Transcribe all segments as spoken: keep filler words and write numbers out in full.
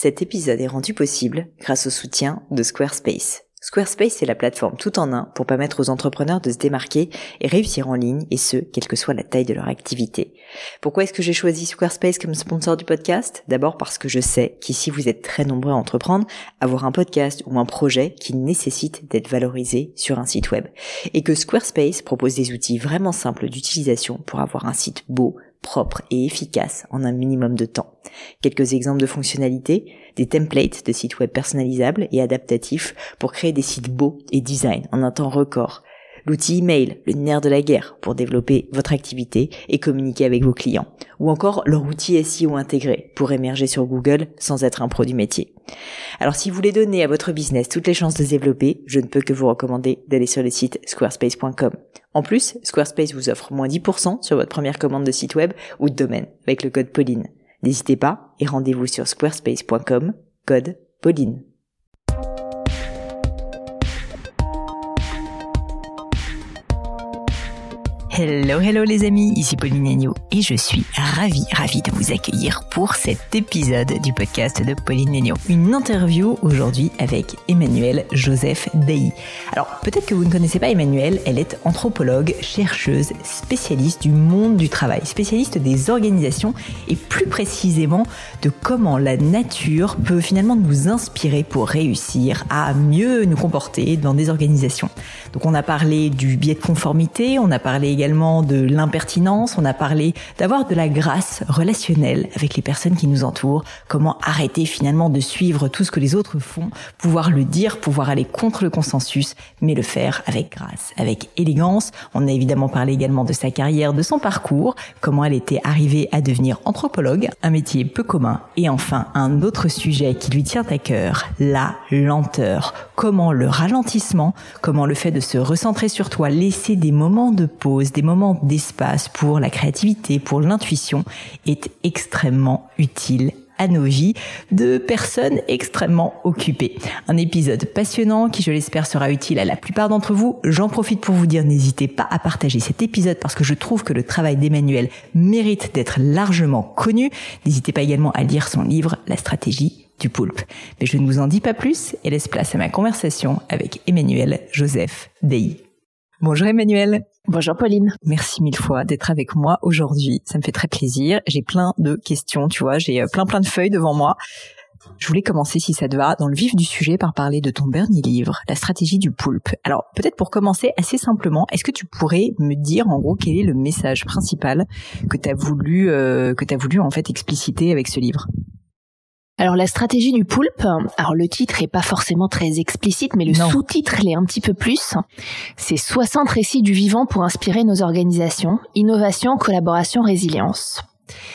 Cet épisode est rendu possible grâce au soutien de Squarespace. Squarespace est la plateforme tout en un pour permettre aux entrepreneurs de se démarquer et réussir en ligne, et ce, quelle que soit la taille de leur activité. Pourquoi est-ce que j'ai choisi Squarespace comme sponsor du podcast ? D'abord parce que je sais qu'ici vous êtes très nombreux à entreprendre, avoir un podcast ou un projet qui nécessite d'être valorisé sur un site web. Et que Squarespace propose des outils vraiment simples d'utilisation pour avoir un site beau, propre et efficace en un minimum de temps. Quelques exemples de fonctionnalités, des templates de sites web personnalisables et adaptatifs pour créer des sites beaux et design en un temps record. L'outil email, le nerf de la guerre pour développer votre activité et communiquer avec vos clients. Ou encore leur outil S E O intégré pour émerger sur Google sans être un pro du métier. Alors si vous voulez donner à votre business toutes les chances de se développer, je ne peux que vous recommander d'aller sur le site squarespace point com. En plus, Squarespace vous offre moins dix pour cent sur votre première commande de site web ou de domaine avec le code Pauline. N'hésitez pas et rendez-vous sur squarespace point com, code Pauline. Hello, hello les amis, ici Pauline Agneau et je suis ravie, ravie de vous accueillir pour cet épisode du podcast de Pauline Agneau. Une interview aujourd'hui avec Emmanuelle Joseph Dailly. Alors peut-être que vous ne connaissez pas Emmanuelle, elle est anthropologue, chercheuse, spécialiste du monde du travail, spécialiste des organisations et plus précisément de comment la nature peut finalement nous inspirer pour réussir à mieux nous comporter dans des organisations. Donc on a parlé du biais de conformité, on a parlé également de l'impertinence, on a parlé d'avoir de la grâce relationnelle avec les personnes qui nous entourent, comment arrêter finalement de suivre tout ce que les autres font, pouvoir le dire, pouvoir aller contre le consensus, mais le faire avec grâce, avec élégance. On a évidemment parlé également de sa carrière, de son parcours, comment elle était arrivée à devenir anthropologue, un métier peu commun, et enfin un autre sujet qui lui tient à cœur, la lenteur. Comment le ralentissement, comment le fait de se recentrer sur toi, laisser des moments de pause, des moments d'espace pour la créativité, pour l'intuition, est extrêmement utile à nos vies de personnes extrêmement occupées. Un épisode passionnant qui, je l'espère, sera utile à la plupart d'entre vous. J'en profite pour vous dire, n'hésitez pas à partager cet épisode parce que je trouve que le travail d'Emmanuelle mérite d'être largement connu. N'hésitez pas également à lire son livre « La stratégie du poulpe ». Mais je ne vous en dis pas plus et laisse place à ma conversation avec Emmanuelle Joseph Dailly. Bonjour Emmanuelle. Bonjour Pauline. Merci mille fois d'être avec moi aujourd'hui. Ça me fait très plaisir. J'ai plein de questions, tu vois, j'ai plein plein de feuilles devant moi. Je voulais commencer, si ça te va, dans le vif du sujet par parler de ton dernier livre, La stratégie du poulpe. Alors, peut-être pour commencer assez simplement, est-ce que tu pourrais me dire en gros quel est le message principal que tu as voulu euh, que tu as voulu en fait expliciter avec ce livre ? Alors la stratégie du poulpe, alors le titre est pas forcément très explicite, mais le non. sous-titre l'est un petit peu plus. C'est soixante récits du vivant pour inspirer nos organisations, innovation, collaboration, résilience.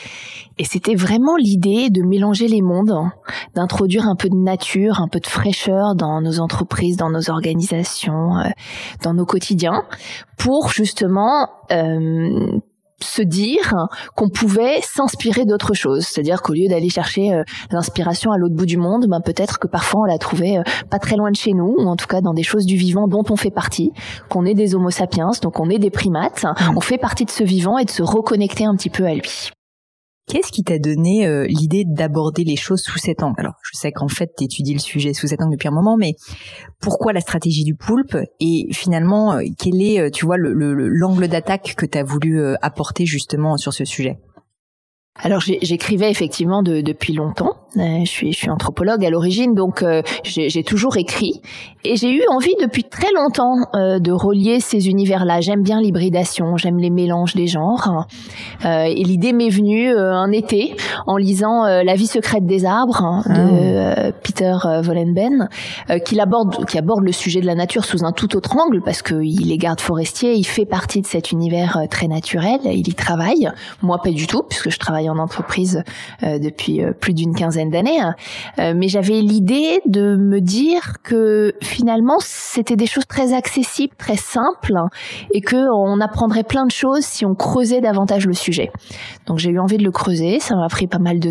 Et c'était vraiment l'idée de mélanger les mondes, d'introduire un peu de nature, un peu de fraîcheur dans nos entreprises, dans nos organisations, euh, dans nos quotidiens, pour justement euh, se dire qu'on pouvait s'inspirer d'autre chose. C'est-à-dire qu'au lieu d'aller chercher euh, l'inspiration à l'autre bout du monde, ben peut-être que parfois on la trouvait euh, pas très loin de chez nous, ou en tout cas dans des choses du vivant dont on fait partie, qu'on est des homo sapiens, donc on est des primates, mmh. on fait partie de ce vivant et de se reconnecter un petit peu à lui. Qu'est-ce qui t'a donné euh, l'idée d'aborder les choses sous cet angle ? Alors, je sais qu'en fait, tu étudies le sujet sous cet angle depuis un moment, mais pourquoi la stratégie du poulpe ? Et finalement, euh, quel est, euh, tu vois, le, le, l'angle d'attaque que tu as voulu euh, apporter justement sur ce sujet ? Alors j'écrivais effectivement de, depuis longtemps. Euh, je suis je suis anthropologue à l'origine, donc euh, j'ai, j'ai toujours écrit et j'ai eu envie depuis très longtemps euh, de relier ces univers-là. J'aime bien l'hybridation, j'aime les mélanges des genres. Euh, et l'idée m'est venue euh, un été en lisant euh, La vie secrète des arbres hein, de euh, Peter Wohlleben, euh, qui aborde qui aborde le sujet de la nature sous un tout autre angle parce que il est garde forestier, il fait partie de cet univers euh, très naturel, il y travaille. Moi pas du tout puisque je travaille en entreprise euh, depuis euh, plus d'une quinzaine d'années, euh, mais j'avais l'idée de me dire que finalement c'était des choses très accessibles, très simples, et que on apprendrait plein de choses si on creusait davantage le sujet. Donc j'ai eu envie de le creuser, ça m'a pris pas mal de temps.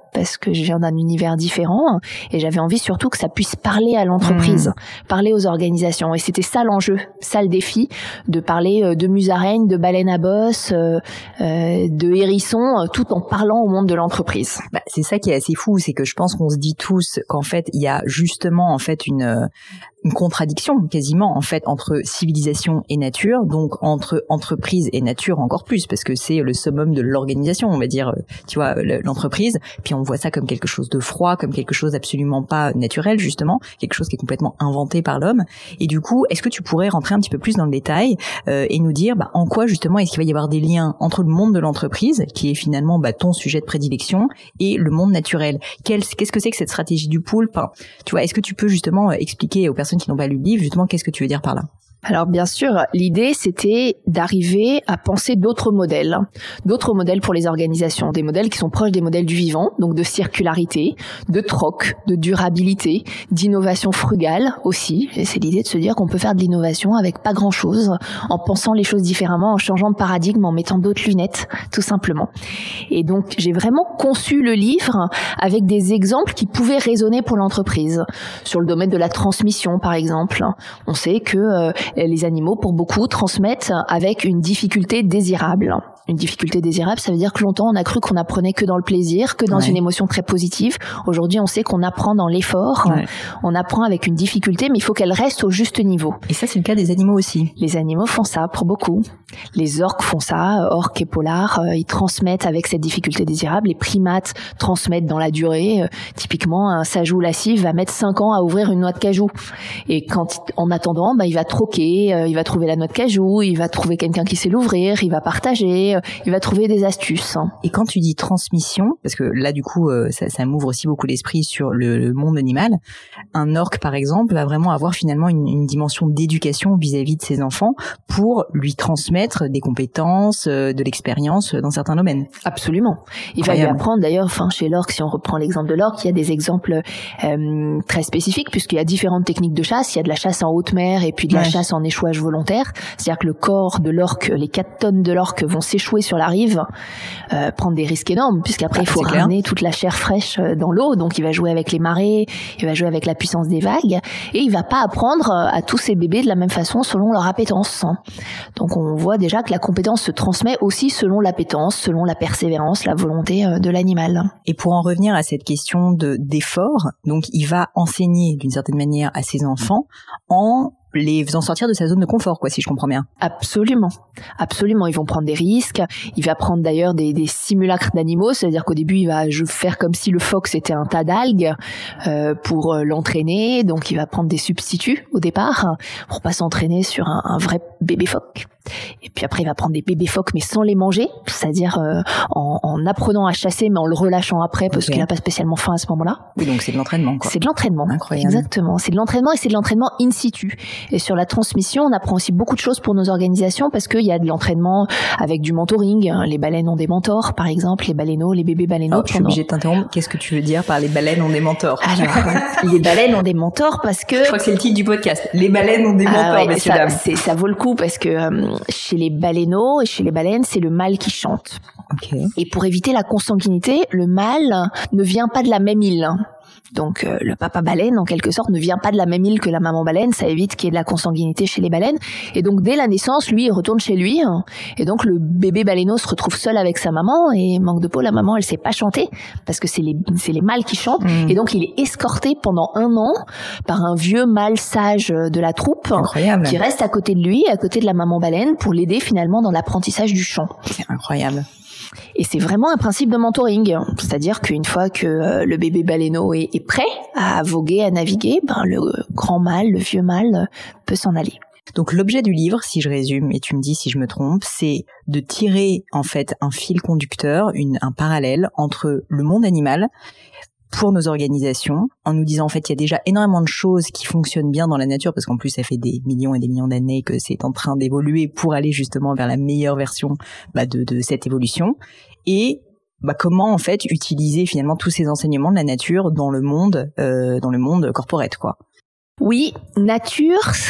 parce que je viens d'un univers différent et j'avais envie surtout que ça puisse parler à l'entreprise, mmh. parler aux organisations. Et c'était ça l'enjeu, ça le défi, de parler de musaraignes, de baleines à bosse, euh, euh, de hérissons, tout en parlant au monde de l'entreprise. Bah, c'est ça qui est assez fou, c'est que je pense qu'on se dit tous qu'en fait, il y a justement en fait une... une contradiction quasiment en fait entre civilisation et nature, donc entre entreprise et nature encore plus, parce que c'est le summum de l'organisation, on va dire, tu vois, l'entreprise. Puis on voit ça comme quelque chose de froid, comme quelque chose d'absolument pas naturel, justement, quelque chose qui est complètement inventé par l'homme. Et du coup, est-ce que tu pourrais rentrer un petit peu plus dans le détail euh, et nous dire bah, en quoi justement est-ce qu'il va y avoir des liens entre le monde de l'entreprise, qui est finalement bah, ton sujet de prédilection, et le monde naturel. Quel, qu'est-ce que c'est que cette stratégie du poulpe? Tu vois, est-ce que tu peux justement expliquer aux personnes qui n'ont pas lu le livre, justement, qu'est-ce que tu veux dire par là? Alors bien sûr, l'idée c'était d'arriver à penser d'autres modèles, d'autres modèles pour les organisations, des modèles qui sont proches des modèles du vivant, donc de circularité, de troc, de durabilité, d'innovation frugale aussi. Et c'est l'idée de se dire qu'on peut faire de l'innovation avec pas grand-chose, en pensant les choses différemment, en changeant de paradigme, en mettant d'autres lunettes, tout simplement. Et donc j'ai vraiment conçu le livre avec des exemples qui pouvaient résonner pour l'entreprise. Sur le domaine de la transmission, par exemple, on sait que euh, les animaux, pour beaucoup, transmettent avec une difficulté désirable. Une difficulté désirable, ça veut dire que longtemps, on a cru qu'on apprenait que dans le plaisir, que dans ouais. une émotion très positive. Aujourd'hui, on sait qu'on apprend dans l'effort. Ouais. On apprend avec une difficulté, mais il faut qu'elle reste au juste niveau. Et ça, c'est le cas des animaux aussi. Les animaux font ça, pour beaucoup. Les orques font ça, orques et polars, euh, ils transmettent avec cette difficulté désirable. Les primates transmettent dans la durée. Euh, typiquement, un sajou lascif va mettre cinq ans à ouvrir une noix de cajou. Et quand, en attendant, bah, il va troquer, euh, il va trouver la noix de cajou, il va trouver quelqu'un qui sait l'ouvrir, il va partager, euh, il va trouver des astuces. Hein. Et quand tu dis transmission, parce que là, du coup, euh, ça, ça m'ouvre aussi beaucoup l'esprit sur le, le monde animal, un orque, par exemple, va vraiment avoir finalement une, une dimension d'éducation vis-à-vis de ses enfants pour lui transmettre des compétences, euh, de l'expérience dans certains domaines. Absolument. Il Incroyable. va lui apprendre, d'ailleurs, enfin, chez l'orque, si on reprend l'exemple de l'orque, il y a des exemples euh, très spécifiques, puisqu'il y a différentes techniques de chasse. Il y a de la chasse en haute mer et puis de ouais. la chasse en échouage volontaire. C'est-à-dire que le corps de l'orque, les quatre tonnes de l'orque vont s'échouer sur la rive, euh, prendre des risques énormes, puisqu'après, ah, il faut ramener toute la chair fraîche dans l'eau. Donc, il va jouer avec les marées, il va jouer avec la puissance des vagues, et il va pas apprendre à tous ses bébés de la même façon selon leur appétence. Donc, on voit déjà que la compétence se transmet aussi selon l'appétence, selon la persévérance, la volonté de l'animal. Et pour en revenir à cette question de d'effort, donc il va enseigner d'une certaine manière à ses enfants en les faisant sortir de sa zone de confort, quoi, si je comprends bien. Absolument, absolument. Ils vont prendre des risques. Il va prendre d'ailleurs des, des simulacres d'animaux, c'est-à-dire qu'au début, il va faire comme si le phoque c'était un tas d'algues euh, pour euh, l'entraîner. Donc, il va prendre des substituts au départ pour pas s'entraîner sur un, un vrai bébé phoque. Et puis après, il va prendre des bébés phoques, mais sans les manger, c'est-à-dire euh, en, en apprenant à chasser, mais en le relâchant après, parce okay. qu'il n'a pas spécialement faim à ce moment-là. Oui, donc c'est de l'entraînement, quoi. C'est de l'entraînement. Incroyable. Exactement. C'est de l'entraînement et c'est de l'entraînement in situ. Et sur la transmission, on apprend aussi beaucoup de choses pour nos organisations parce qu'il y a de l'entraînement avec du mentoring. Les baleines ont des mentors, par exemple, les baleineaux, les bébés baleineaux. Oh, je suis obligée de t'interrompre. Qu'est-ce que tu veux dire par les baleines ont des mentors? Alors, les baleines ont des mentors parce que... Je crois que c'est le titre du podcast. Les baleines ont des mentors, ah ouais, messieurs, ça, dames. C'est, ça vaut le coup parce que euh, chez les baleineaux et chez les baleines, c'est le mâle qui chante. Okay. Et pour éviter la consanguinité, le mâle ne vient pas de la même île. Donc euh, le papa baleine, en quelque sorte, ne vient pas de la même île que la maman baleine. Ça évite qu'il y ait de la consanguinité chez les baleines. Et donc dès la naissance, lui, il retourne chez lui. Et donc le bébé baleineau se retrouve seul avec sa maman. Et manque de peau, la maman, elle sait pas chanter parce que c'est les c'est les mâles qui chantent. Mmh. Et donc il est escorté pendant un an par un vieux mâle sage de la troupe. Incroyable. Qui reste à côté de lui, à côté de la maman baleine, pour l'aider finalement dans l'apprentissage du chant. C'est incroyable. Et c'est vraiment un principe de mentoring, c'est-à-dire qu'une fois que euh, le bébé baleineau est, est prêt à voguer, à naviguer, ben le grand mâle, le vieux mâle peut s'en aller. Donc l'objet du livre, si je résume, et tu me dis si je me trompe, c'est de tirer en fait un fil conducteur, une, un parallèle entre le monde animal pour nos organisations, en nous disant en fait il y a déjà énormément de choses qui fonctionnent bien dans la nature, parce qu'en plus ça fait des millions et des millions d'années que c'est en train d'évoluer pour aller justement vers la meilleure version bah, de, de cette évolution, et bah, comment en fait utiliser finalement tous ces enseignements de la nature dans le monde, euh, dans le monde corporate, quoi. Oui, nature,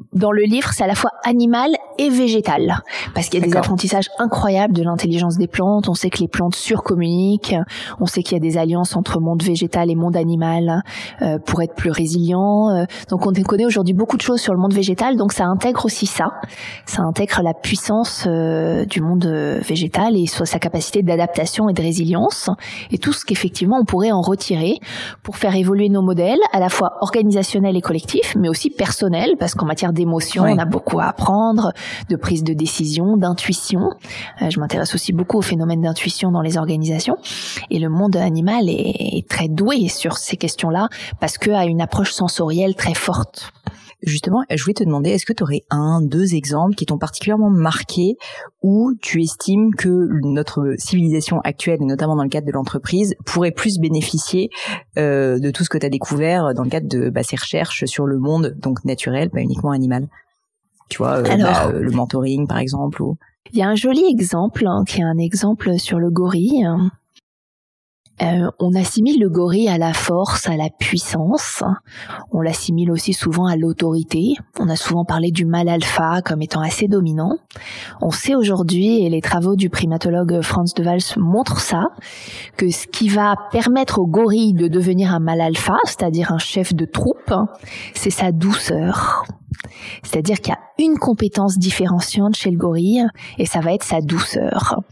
dans le livre, c'est à la fois animal et végétal, parce qu'il y a D'accord. des apprentissages incroyables de l'intelligence des plantes. On sait que les plantes surcommuniquent, on sait qu'il y a des alliances entre monde végétal et monde animal euh, pour être plus résilient. Euh, donc on connaît aujourd'hui beaucoup de choses sur le monde végétal, donc ça intègre aussi ça. Ça intègre la puissance euh, du monde végétal et sa capacité d'adaptation et de résilience, et tout ce qu'effectivement on pourrait en retirer pour faire évoluer nos modèles, à la fois organisationnels et collectifs, mais aussi personnels, parce qu'en matière d'émotion, oui. on a beaucoup à apprendre, de prise de décision, d'intuition. Euh, je m'intéresse aussi beaucoup au phénomène d'intuition dans les organisations. Et le monde animal est, est très doué sur ces questions-là, parce qu'a une approche sensorielle très forte. Justement, je voulais te demander, est-ce que tu aurais un, deux exemples qui t'ont particulièrement marqué où tu estimes que notre civilisation actuelle, et notamment dans le cadre de l'entreprise, pourrait plus bénéficier euh, de tout ce que tu as découvert dans le cadre de bah, ces recherches sur le monde, donc naturel, pas uniquement animal. Tu vois, euh, Alors, bah, le mentoring par exemple. Ou... Il y a un joli exemple, hein, qui est un exemple sur le gorille. Euh, on assimile le gorille à la force, à la puissance. On l'assimile aussi souvent à l'autorité. On a souvent parlé du mâle alpha comme étant assez dominant. On sait aujourd'hui, et les travaux du primatologue Franz de Waals montrent ça, que ce qui va permettre au gorille de devenir un mâle alpha, c'est-à-dire un chef de troupe, c'est sa douceur. C'est-à-dire qu'il y a une compétence différenciante chez le gorille, et ça va être sa douceur.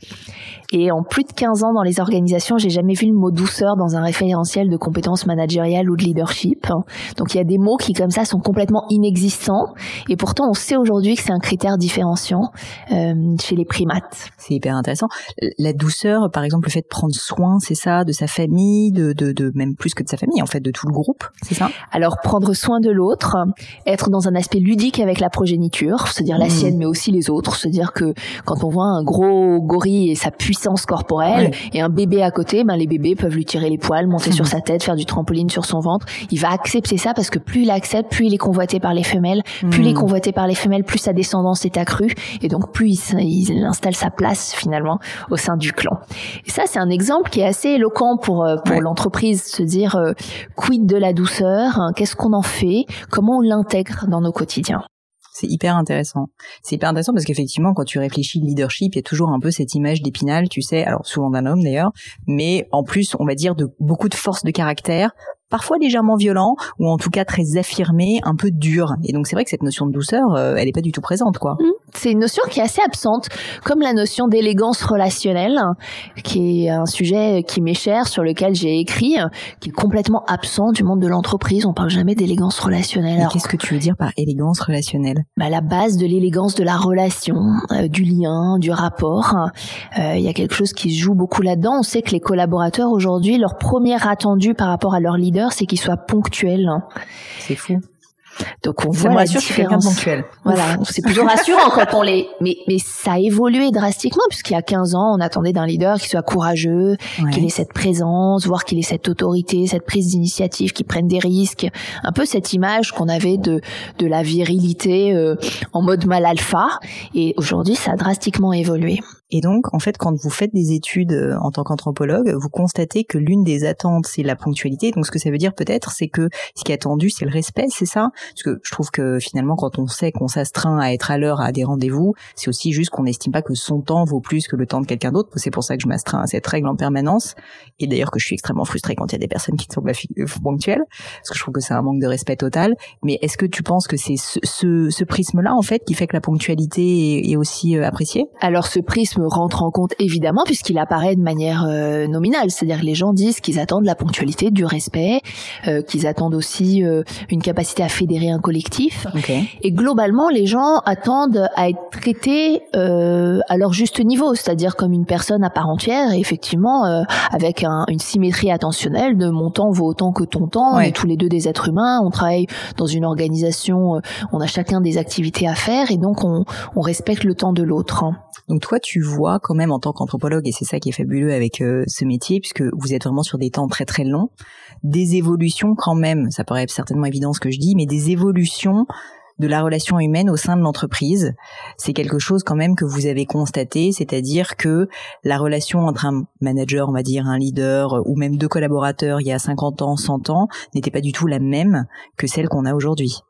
Et en plus de quinze ans dans les organisations, j'ai jamais vu le mot douceur dans un référentiel de compétences managériales ou de leadership. Donc il y a des mots qui comme ça sont complètement inexistants, et pourtant on sait aujourd'hui que c'est un critère différenciant euh, chez les primates. C'est hyper intéressant. La douceur, par exemple, le fait de prendre soin, c'est ça, de sa famille, de, de, de même plus que de sa famille, en fait, de tout le groupe, c'est ça? Alors prendre soin de l'autre, être dans un aspect ludique avec la progéniture, c'est-à-dire la mmh. sienne mais aussi les autres, c'est-à-dire que quand on voit un gros gorille et sa puissance corporelle, ouais. et un bébé à côté, ben les bébés peuvent lui tirer les poils, monter mmh. sur sa tête, faire du trampoline sur son ventre. Il va accepter ça parce que plus il accepte, plus il est convoité par les femelles, mmh. plus il est convoité par les femelles, plus sa descendance est accrue, et donc plus il, il installe sa place finalement au sein du clan. Et ça, c'est un exemple qui est assez éloquent pour pour ouais. l'entreprise, se dire euh, quid de la douceur, hein, qu'est-ce qu'on en fait, comment on l'intègre dans nos quotidiens. C'est hyper intéressant. C'est hyper intéressant parce qu'effectivement, quand tu réfléchis le leadership, il y a toujours un peu cette image d'Épinal, tu sais, alors souvent d'un homme d'ailleurs, mais en plus, on va dire de beaucoup de force de caractère, parfois légèrement violent, ou en tout cas très affirmé, un peu dur. Et donc c'est vrai que cette notion de douceur, euh, elle est pas du tout présente, quoi. Mmh. C'est une notion qui est assez absente, comme la notion d'élégance relationnelle, qui est un sujet qui m'est cher, sur lequel j'ai écrit, qui est complètement absent du monde de l'entreprise. On parle jamais d'élégance relationnelle. Et qu'est-ce que tu veux dire par élégance relationnelle? Bah, la base de l'élégance de la relation, euh, du lien, du rapport. Euh, il y a quelque chose qui se joue beaucoup là-dedans. On sait que les collaborateurs aujourd'hui, leur premier attendu par rapport à leur leader, c'est qu'ils soient ponctuels. C'est fou. Donc on voit la différence. Ponctuel. Voilà, c'est plutôt rassurant quand on les. Mais mais ça a évolué drastiquement, puisqu'il y a quinze ans, on attendait d'un leader qui soit courageux, ouais. qu'il ait cette présence, voire qu'il ait cette autorité, cette prise d'initiative, qu'il prenne des risques. Un peu cette image qu'on avait de de la virilité euh, en mode mâle alpha. Et aujourd'hui, ça a drastiquement évolué. Et donc, en fait, quand vous faites des études en tant qu'anthropologue, vous constatez que l'une des attentes, c'est la ponctualité. Donc, ce que ça veut dire peut-être, c'est que ce qui est attendu, c'est le respect, c'est ça? Parce que je trouve que finalement, quand on sait qu'on s'astreint à être à l'heure à des rendez-vous, c'est aussi juste qu'on n'estime pas que son temps vaut plus que le temps de quelqu'un d'autre. C'est pour ça que je m'astreins à cette règle en permanence. Et d'ailleurs que je suis extrêmement frustrée quand il y a des personnes qui ne sont pas ponctuelles, parce que je trouve que c'est un manque de respect total. Mais est-ce que tu penses que c'est ce, ce, ce prisme-là, en fait, qui fait que la ponctualité est, est aussi euh, appréciée? Alors, ce prisme rentre en compte évidemment puisqu'il apparaît de manière euh, nominale, c'est-à-dire que les gens disent qu'ils attendent la ponctualité, du respect, euh, qu'ils attendent aussi euh, une capacité à fédérer un collectif. Okay. Et globalement, les gens attendent à être traités euh, à leur juste niveau, c'est-à-dire comme une personne à part entière, et effectivement euh, avec un, une symétrie attentionnelle de mon temps vaut autant que ton temps. Ouais. On est tous les deux des êtres humains, on travaille dans une organisation, euh, on a chacun des activités à faire, et donc on, on respecte le temps de l'autre. Donc toi, tu vois quand même en tant qu'anthropologue, et c'est ça qui est fabuleux avec euh, ce métier, puisque vous êtes vraiment sur des temps très très longs, des évolutions quand même, ça paraît certainement évident ce que je dis, mais des évolutions de la relation humaine au sein de l'entreprise. C'est quelque chose quand même que vous avez constaté, c'est-à-dire que la relation entre un manager, on va dire, un leader, ou même deux collaborateurs il y a cinquante ans, cent ans, n'était pas du tout la même que celle qu'on a aujourd'hui.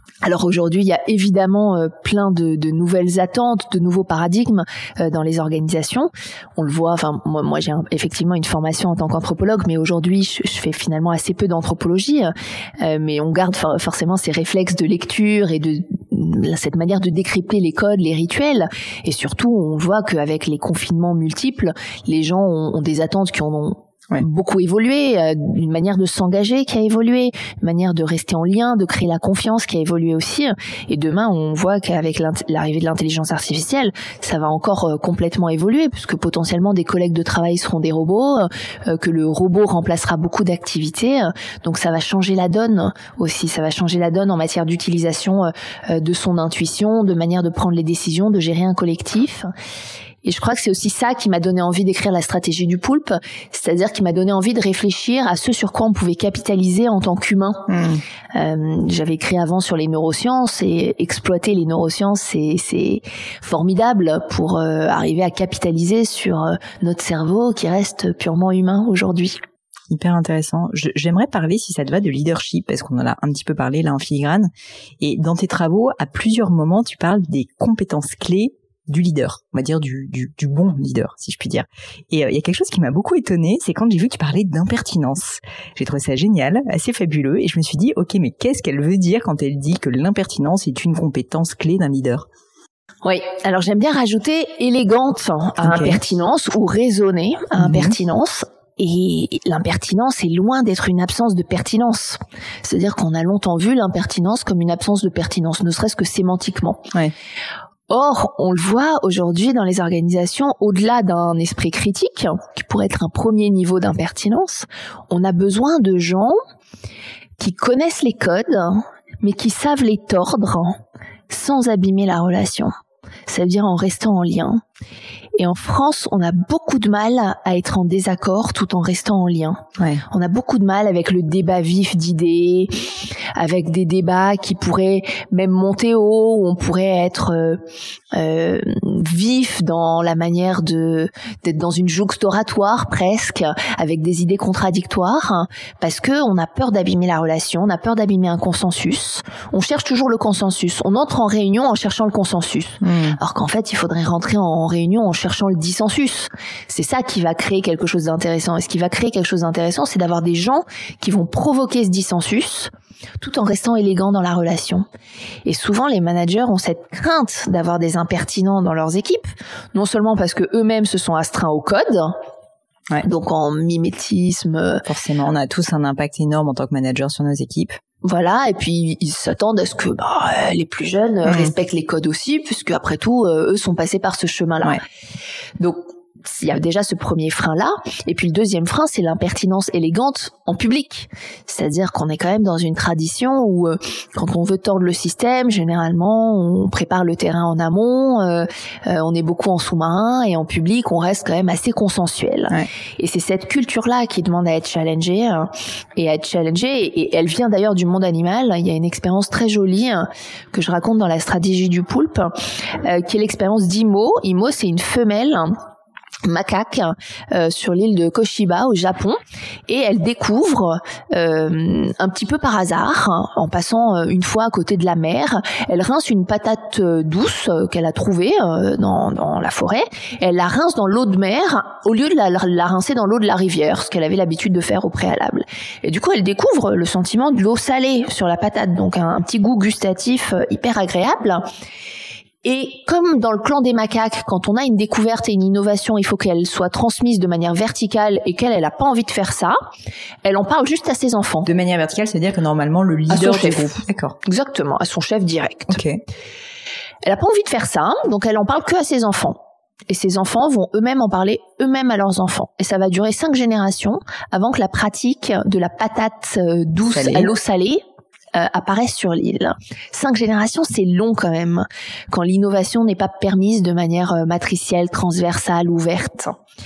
Alors aujourd'hui, il y a évidemment euh, plein de, de nouvelles attentes, de nouveaux paradigmes euh, dans les organisations. On le voit. Enfin, moi, moi j'ai un, effectivement une formation en tant qu'anthropologue, mais aujourd'hui, je, je fais finalement assez peu d'anthropologie. Euh, mais on garde for- forcément ces réflexes de lecture et de cette manière de décrypter les codes, les rituels. Et surtout, on voit qu'avec les confinements multiples, les gens ont, ont des attentes qui en ont Ouais. beaucoup évolué, euh, une manière de s'engager qui a évolué, une manière de rester en lien, de créer la confiance qui a évolué aussi. Et demain, on voit qu'avec l'arrivée de l'intelligence artificielle, ça va encore euh, complètement évoluer, puisque potentiellement des collègues de travail seront des robots, euh, que le robot remplacera beaucoup d'activités. Donc ça va changer la donne aussi, ça va changer la donne en matière d'utilisation euh, de son intuition, de manière de prendre les décisions, de gérer un collectif. Et je crois que c'est aussi ça qui m'a donné envie d'écrire la stratégie du poulpe, c'est-à-dire qui m'a donné envie de réfléchir à ce sur quoi on pouvait capitaliser en tant qu'humain. Mmh. Euh, j'avais écrit avant sur les neurosciences et exploiter les neurosciences, c'est, c'est formidable pour euh, arriver à capitaliser sur euh, notre cerveau qui reste purement humain aujourd'hui. Hyper intéressant. Je, j'aimerais parler, si ça te va, de leadership, parce qu'on en a un petit peu parlé là en filigrane. Et dans tes travaux, à plusieurs moments, tu parles des compétences clés du leader, on va dire du, du, du bon leader, si je puis dire. Et il euh, y a quelque chose qui m'a beaucoup étonnée, c'est quand j'ai vu que tu parlais d'impertinence. J'ai trouvé ça génial, assez fabuleux, et je me suis dit, ok, mais qu'est-ce qu'elle veut dire quand elle dit que l'impertinence est une compétence clé d'un leader ? Oui, alors j'aime bien rajouter élégante à okay. impertinence ou raisonnée à mm-hmm. impertinence. Et l'impertinence est loin d'être une absence de pertinence. C'est-à-dire qu'on a longtemps vu l'impertinence comme une absence de pertinence, ne serait-ce que sémantiquement. Ouais. Or, on le voit aujourd'hui dans les organisations, au-delà d'un esprit critique, qui pourrait être un premier niveau d'impertinence, on a besoin de gens qui connaissent les codes, mais qui savent les tordre sans abîmer la relation. Ça veut dire en restant en lien. Et en France, on a beaucoup de mal à être en désaccord tout en restant en lien. Ouais. On a beaucoup de mal avec le débat vif d'idées, avec des débats qui pourraient même monter haut, où on pourrait être euh, euh, vif dans la manière de d'être dans une jouxte oratoire presque, avec des idées contradictoires, parce que on a peur d'abîmer la relation, on a peur d'abîmer un consensus. On cherche toujours le consensus. On entre en réunion en cherchant le consensus, mmh. alors qu'en fait, il faudrait rentrer en réunion en cherchant le dissensus. C'est ça qui va créer quelque chose d'intéressant. Et ce qui va créer quelque chose d'intéressant, c'est d'avoir des gens qui vont provoquer ce dissensus tout en restant élégants dans la relation. Et souvent, les managers ont cette crainte d'avoir des impertinents dans leurs équipes, non seulement parce que eux-mêmes se sont astreints au code, ouais. donc en mimétisme. Forcément, on a tous un impact énorme en tant que manager sur nos équipes. Voilà, et puis ils s'attendent à ce que bah, les plus jeunes mmh. respectent les codes aussi, puisque après tout, euh, eux sont passés par ce chemin-là. Ouais. Donc, il y a déjà ce premier frein-là. Et puis le deuxième frein, c'est l'impertinence élégante en public. C'est-à-dire qu'on est quand même dans une tradition où, euh, quand on veut tordre le système, généralement, on prépare le terrain en amont, euh, euh, on est beaucoup en sous-marin, et en public, on reste quand même assez consensuel. Ouais. Et c'est cette culture-là qui demande à être challengée, euh, et à être challengée, et, et elle vient d'ailleurs du monde animal. Il y a une expérience très jolie euh, que je raconte dans la stratégie du poulpe, euh, qui est l'expérience d'Imo. Imo, c'est une femelle macaque euh, sur l'île de Koshiba au Japon, et elle découvre euh, un petit peu par hasard, hein, en passant euh, une fois à côté de la mer, elle rince une patate euh, douce euh, qu'elle a trouvée euh, dans, dans la forêt, et elle la rince dans l'eau de mer au lieu de la, la rincer dans l'eau de la rivière, ce qu'elle avait l'habitude de faire au préalable. Et du coup, elle découvre le sentiment de l'eau salée sur la patate, donc un, un petit goût gustatif euh, hyper agréable. Et comme dans le clan des macaques, quand on a une découverte et une innovation, il faut qu'elle soit transmise de manière verticale, et qu'elle, elle a pas envie de faire ça, elle en parle juste à ses enfants. De manière verticale, c'est-à-dire que normalement, le leader du groupe. D'accord. Exactement, à son chef direct. Ok. Elle a pas envie de faire ça, donc elle en parle que à ses enfants. Et ses enfants vont eux-mêmes en parler eux-mêmes à leurs enfants. Et ça va durer cinq générations avant que la pratique de la patate douce salée. à l'eau salée Euh, apparaissent sur l'île. Cinq générations, c'est long quand même, quand l'innovation n'est pas permise de manière euh, matricielle, transversale, ouverte.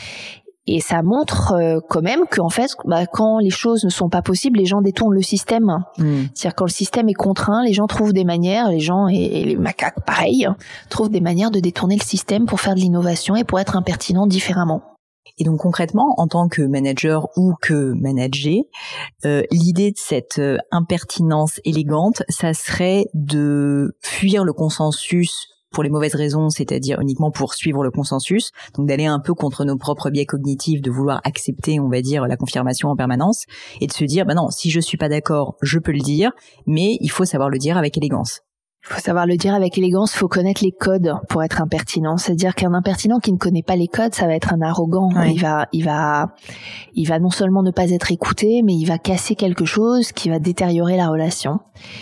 Et ça montre euh, quand même qu'en fait, bah, quand les choses ne sont pas possibles, les gens détournent le système. Mmh. C'est-à-dire quand le système est contraint, les gens trouvent des manières, les gens, et, et les macaques pareil, trouvent des manières de détourner le système pour faire de l'innovation et pour être impertinents différemment. Et donc concrètement, en tant que manager ou que manager, euh, l'idée de cette euh, impertinence élégante, ça serait de fuir le consensus pour les mauvaises raisons, c'est-à-dire uniquement pour suivre le consensus, donc d'aller un peu contre nos propres biais cognitifs, de vouloir accepter, on va dire, la confirmation en permanence, et de se dire, bah non, si je suis pas d'accord, je peux le dire, mais il faut savoir le dire avec élégance. Il faut savoir le dire avec élégance, il faut connaître les codes pour être impertinent. C'est-à-dire qu'un impertinent qui ne connaît pas les codes, ça va être un arrogant. Ouais. Il va, il va, il va non seulement ne pas être écouté, mais il va casser quelque chose qui va détériorer la relation.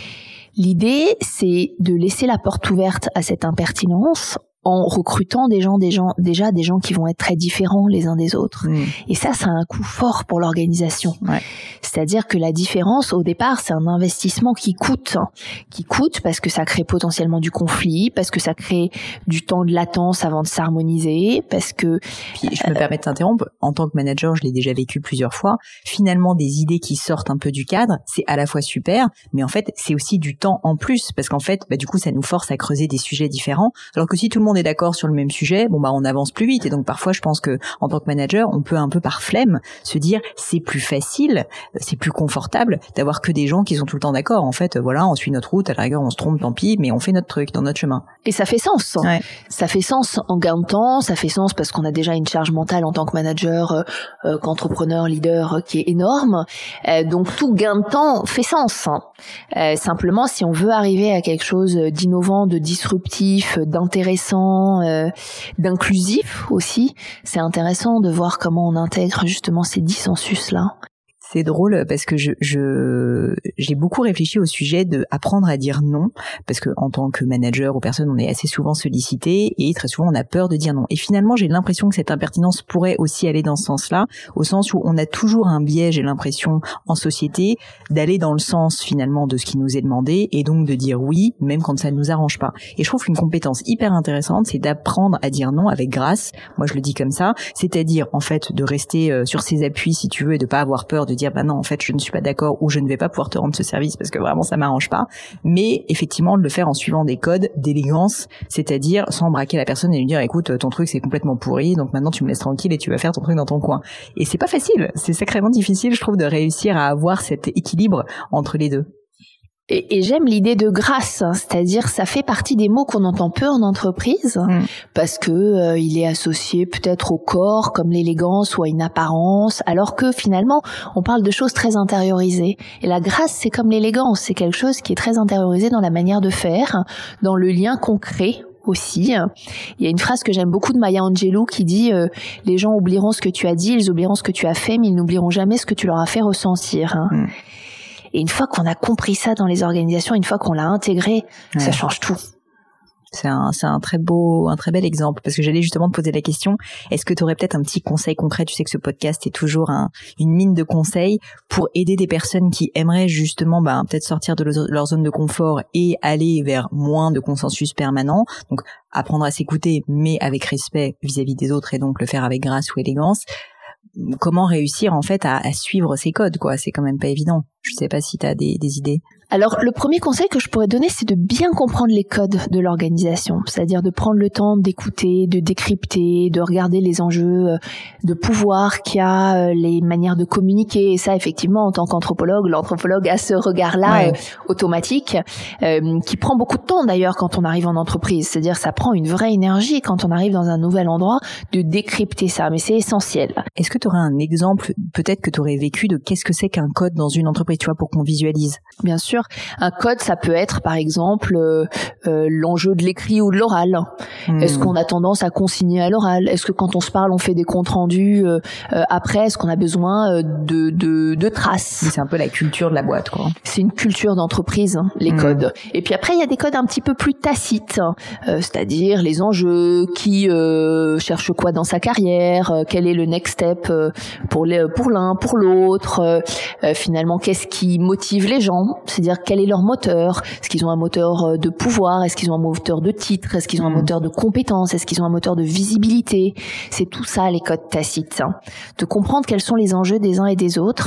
L'idée, c'est de laisser la porte ouverte à cette impertinence en recrutant des gens, des gens, déjà des gens qui vont être très différents les uns des autres. Mmh. Et ça, c'est un coût fort pour l'organisation. Ouais. C'est-à-dire que la différence, au départ, c'est un investissement qui coûte, qui coûte parce que ça crée potentiellement du conflit, parce que ça crée du temps de latence avant de s'harmoniser, parce que... Puis, je me euh, permets de t'interrompre, en tant que manager, je l'ai déjà vécu plusieurs fois, finalement, des idées qui sortent un peu du cadre, c'est à la fois super, mais en fait, c'est aussi du temps en plus, parce qu'en fait, bah, du coup, ça nous force à creuser des sujets différents, alors que si tout le monde est d'accord sur le même sujet, bon bah on avance plus vite. Et donc parfois je pense que en tant que manager, on peut un peu par flemme se dire c'est plus facile, c'est plus confortable d'avoir que des gens qui sont tout le temps d'accord. En fait, voilà, on suit notre route, à la rigueur on se trompe, tant pis, mais on fait notre truc dans notre chemin. Et ça fait sens. Ouais. Ça fait sens en gain de temps, ça fait sens parce qu'on a déjà une charge mentale en tant que manager, euh, euh, qu'entrepreneur, leader, euh, qui est énorme. Euh, donc tout gain de temps fait sens. Euh, simplement, si on veut arriver à quelque chose d'innovant, de disruptif, d'intéressant, Euh, d'inclusif aussi, c'est intéressant de voir comment on intègre justement ces dissensus-là. C'est drôle parce que je, je j'ai beaucoup réfléchi au sujet de apprendre à dire non, parce que en tant que manager ou personne, on est assez souvent sollicité et très souvent on a peur de dire non. Et finalement, j'ai l'impression que cette impertinence pourrait aussi aller dans ce sens-là, au sens où on a toujours un biais, j'ai l'impression, en société, d'aller dans le sens finalement de ce qui nous est demandé et donc de dire oui, même quand ça ne nous arrange pas. Et je trouve qu'une compétence hyper intéressante, c'est d'apprendre à dire non avec grâce. Moi, je le dis comme ça, c'est-à-dire en fait de rester euh, sur ses appuis si tu veux et de pas avoir peur de dire bah non en fait je ne suis pas d'accord ou je ne vais pas pouvoir te rendre ce service parce que vraiment ça m'arrange pas, mais effectivement de le faire en suivant des codes d'élégance, c'est-à-dire sans braquer la personne et lui dire écoute ton truc c'est complètement pourri donc maintenant tu me laisses tranquille et tu vas faire ton truc dans ton coin. Et c'est pas facile, c'est sacrément difficile je trouve de réussir à avoir cet équilibre entre les deux. Et, et j'aime l'idée de grâce, hein, c'est-à-dire ça fait partie des mots qu'on entend peu en entreprise mmh. parce que euh, il est associé peut-être au corps comme l'élégance ou à une apparence, alors que finalement on parle de choses très intériorisées. Et la grâce c'est comme l'élégance, c'est quelque chose qui est très intériorisé dans la manière de faire, dans le lien concret aussi. Il y a une phrase que j'aime beaucoup de Maya Angelou qui dit euh, « Les gens oublieront ce que tu as dit, ils oublieront ce que tu as fait, mais ils n'oublieront jamais ce que tu leur as fait ressentir. Hein. » mmh. Et une fois qu'on a compris ça dans les organisations, une fois qu'on l'a intégré, ouais. ça change tout. C'est un, c'est un très beau, un très bel exemple, parce que j'allais justement te poser la question, est-ce que tu aurais peut-être un petit conseil concret? Tu sais que ce podcast est toujours un, une mine de conseils pour aider des personnes qui aimeraient justement, bah, peut-être sortir de leur zone de confort et aller vers moins de consensus permanent. Donc, apprendre à s'écouter, mais avec respect vis-à-vis des autres et donc le faire avec grâce ou élégance. Comment réussir en fait à, à suivre ces codes, quoi? C'est quand même pas évident. Je sais pas si tu as des, des idées. Alors, le premier conseil que je pourrais donner, c'est de bien comprendre les codes de l'organisation, c'est-à-dire de prendre le temps d'écouter, de décrypter, de regarder les enjeux de pouvoir qu'il y a, les manières de communiquer. Et ça, effectivement, en tant qu'anthropologue, l'anthropologue a ce regard-là ouais. euh, automatique, euh, qui prend beaucoup de temps d'ailleurs quand on arrive en entreprise. C'est-à-dire, ça prend une vraie énergie quand on arrive dans un nouvel endroit de décrypter ça, mais c'est essentiel. Est-ce que tu aurais un exemple, peut-être que tu aurais vécu, de qu'est-ce que c'est qu'un code dans une entreprise, tu vois, pour qu'on visualise? Bien sûr. Un code, ça peut être, par exemple, euh, euh, l'enjeu de l'écrit ou de l'oral. Mmh. Est-ce qu'on a tendance à consigner à l'oral? Est-ce que quand on se parle, on fait des comptes rendus euh, euh, après? Est-ce qu'on a besoin de, de, de traces? C'est un peu la culture de la boîte, quoi. C'est une culture d'entreprise, hein, les mmh. codes. Et puis après, il y a des codes un petit peu plus tacites, euh, c'est-à-dire les enjeux, qui euh, cherche quoi dans sa carrière, euh, quel est le next step euh, pour, les, pour l'un, pour l'autre, euh, euh, finalement, qu'est-ce qui motive les gens? C'est-à-dire quel est leur moteur? Est-ce qu'ils ont un moteur de pouvoir? Est-ce qu'ils ont un moteur de titre? Est-ce qu'ils ont un moteur de compétence? Est-ce qu'ils ont un moteur de visibilité? C'est tout ça, les codes tacites. Hein. De comprendre quels sont les enjeux des uns et des autres.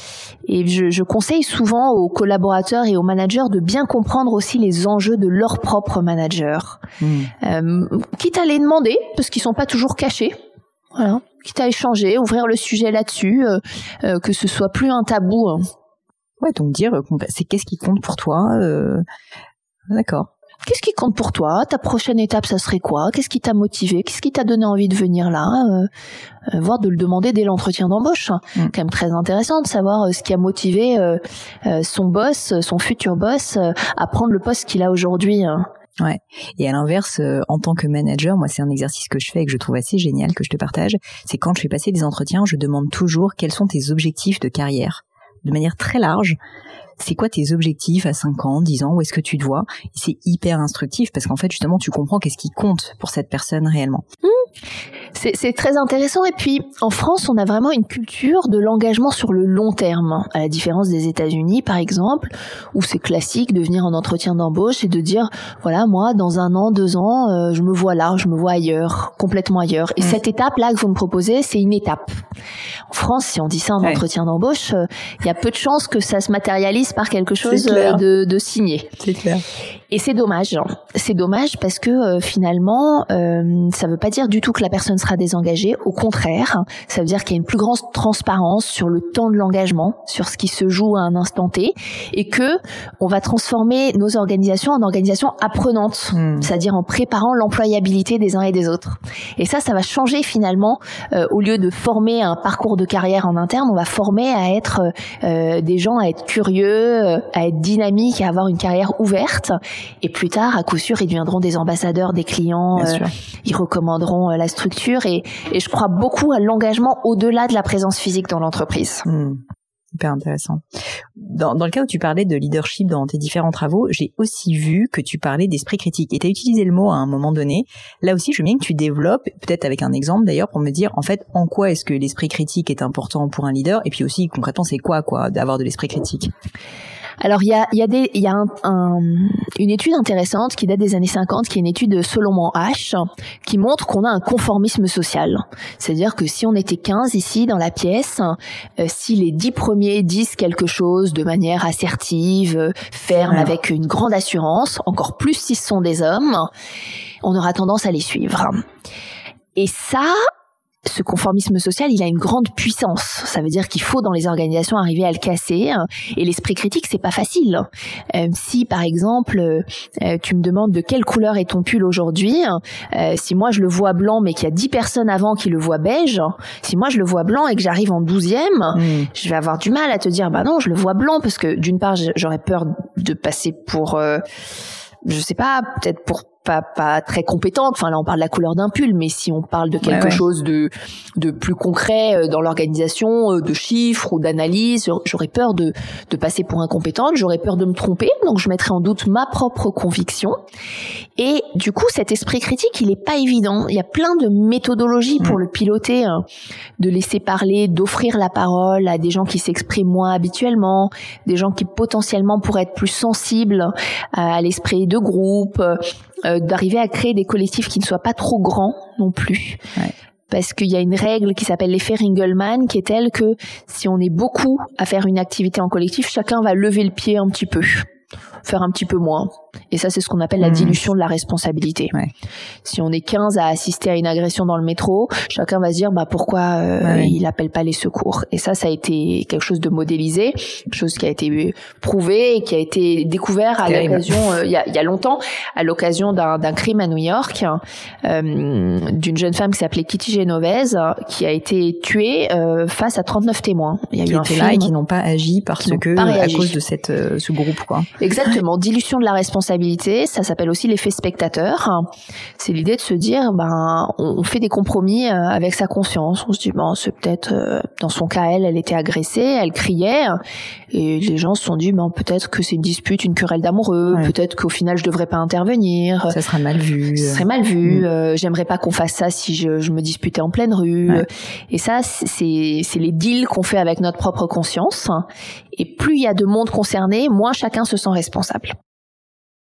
Et je, je conseille souvent aux collaborateurs et aux managers de bien comprendre aussi les enjeux de leur propre manager. Mmh. Euh, quitte à les demander, parce qu'ils sont pas toujours cachés. Voilà. quitte à échanger, ouvrir le sujet là-dessus, euh, euh, que ce soit plus un tabou. Hein. Ouais, donc dire, c'est qu'est-ce qui compte pour toi euh... D'accord. Qu'est-ce qui compte pour toi? Ta prochaine étape, ça serait quoi? Qu'est-ce qui t'a motivé? Qu'est-ce qui t'a donné envie de venir là? euh, euh, Voire de le demander dès l'entretien d'embauche. Mm. Quand même très intéressant de savoir euh, ce qui a motivé euh, euh, son boss, son futur boss, euh, à prendre le poste qu'il a aujourd'hui. Hein. Ouais. Et à l'inverse, euh, en tant que manager, moi, c'est un exercice que je fais et que je trouve assez génial, que je te partage. C'est quand je fais passer des entretiens, je demande toujours quels sont tes objectifs de carrière, de manière très large. C'est quoi tes objectifs à cinq ans, dix ans, où est-ce que tu te vois? Et c'est hyper instructif parce qu'en fait, justement, tu comprends qu'est-ce qui compte pour cette personne réellement. Mmh. C'est, c'est très intéressant. Et puis, en France, on a vraiment une culture de l'engagement sur le long terme, à la différence des États-Unis, par exemple, où c'est classique de venir en entretien d'embauche et de dire, voilà, moi, dans un an, deux ans, euh, je me vois là, je me vois ailleurs, complètement ailleurs. Et mmh. cette étape-là que vous me proposez, c'est une étape. En France, si on dit ça en ouais. entretien d'embauche, il euh, y a peu de chances que ça se matérialise par quelque chose de, de signé. C'est clair. Et c'est dommage. C'est dommage parce que euh, finalement, euh, ça veut pas dire du tout que la personne sera désengagée. Au contraire, ça veut dire qu'il y a une plus grande transparence sur le temps de l'engagement, sur ce qui se joue à un instant T, et que on va transformer nos organisations en organisations apprenantes, mmh. c'est-à-dire en préparant l'employabilité des uns et des autres. Et ça, ça va changer finalement. Euh, au lieu de former un parcours de carrière en interne, on va former à être euh, des gens à être curieux, à être dynamiques, à avoir une carrière ouverte. Et plus tard, à coup sûr, ils deviendront des ambassadeurs des clients, euh, ils recommanderont euh, la structure et, et je crois beaucoup à l'engagement au-delà de la présence physique dans l'entreprise. Mmh. Hyper intéressant. Dans, dans le cas où tu parlais de leadership dans tes différents travaux, j'ai aussi vu que tu parlais d'esprit critique et tu as utilisé le mot à un moment donné. Là aussi, je veux bien que tu développes, peut-être avec un exemple d'ailleurs, pour me dire en fait en quoi est-ce que l'esprit critique est important pour un leader et puis aussi concrètement c'est quoi quoi d'avoir de l'esprit critique. Alors il y a il y a des il y a un, un, une étude intéressante qui date des années cinquante, qui est une étude de Solomon Asch, qui montre qu'on a un conformisme social. C'est-à-dire que si on était quinze ici dans la pièce, euh, si les dix premiers disent quelque chose de manière assertive, ferme, ouais. avec une grande assurance, encore plus si ce sont des hommes, on aura tendance à les suivre. Et ça, ce conformisme social, il a une grande puissance. Ça veut dire qu'il faut dans les organisations arriver à le casser. Et l'esprit critique, c'est pas facile. Euh, si par exemple, euh, tu me demandes de quelle couleur est ton pull aujourd'hui, euh, si moi je le vois blanc mais qu'il y a dix personnes avant qui le voient beige, si moi je le vois blanc et que j'arrive en douzième, mmh. je vais avoir du mal à te dire bah non, je le vois blanc parce que d'une part j'aurais peur de passer pour euh, je sais pas, peut-être pour pas pas très compétente. Enfin là on parle de la couleur d'un pull, mais si on parle de quelque ouais, ouais. chose de de plus concret dans l'organisation, de chiffres ou d'analyse, j'aurais peur de de passer pour incompétente, j'aurais peur de me tromper, donc je mettrais en doute ma propre conviction. Et du coup cet esprit critique, il est pas évident. Il y a plein de méthodologies mmh. pour le piloter, hein. De laisser parler, d'offrir la parole à des gens qui s'expriment moins habituellement, des gens qui potentiellement pourraient être plus sensibles à l'esprit de groupe. Euh, d'arriver à créer des collectifs qui ne soient pas trop grands non plus. Ouais. Parce qu'il y a une règle qui s'appelle l'effet Ringelmann, qui est telle que si on est beaucoup à faire une activité en collectif, chacun va lever le pied un petit peu, faire un petit peu moins. Et ça, c'est ce qu'on appelle la dilution de la responsabilité. Ouais. Si on est quinze à assister à une agression dans le métro, chacun va se dire bah pourquoi euh, ouais. il appelle pas les secours. Et ça, ça a été quelque chose de modélisé, quelque chose qui a été prouvé et qui a été découvert à Terrible. l'occasion, euh, il y a, il y a longtemps, à l'occasion d'un, d'un crime à New York, euh, d'une jeune femme qui s'appelait Kitty Genovese, qui a été tuée euh, face à trente-neuf témoins. Il y a qui eu un étaient film là et qui n'ont pas agi parce que à cause de cette euh, ce groupe quoi. Exactement, dilution de la responsabilité. Ça s'appelle aussi l'effet spectateur. C'est l'idée de se dire, ben, on fait des compromis avec sa conscience. On se dit, ben, c'est peut-être, euh, dans son cas, elle, elle était agressée, elle criait, et les gens se sont dit, ben, peut-être que c'est une dispute, une querelle d'amoureux, ouais. peut-être qu'au final, je devrais pas intervenir. Ça sera mal vu. Ça serait mal vu. Mmh. Euh, j'aimerais pas qu'on fasse ça si je, je me disputais en pleine rue. Ouais. Et ça, c'est, c'est les deals qu'on fait avec notre propre conscience. Et plus il y a de monde concerné, moins chacun se sent responsable.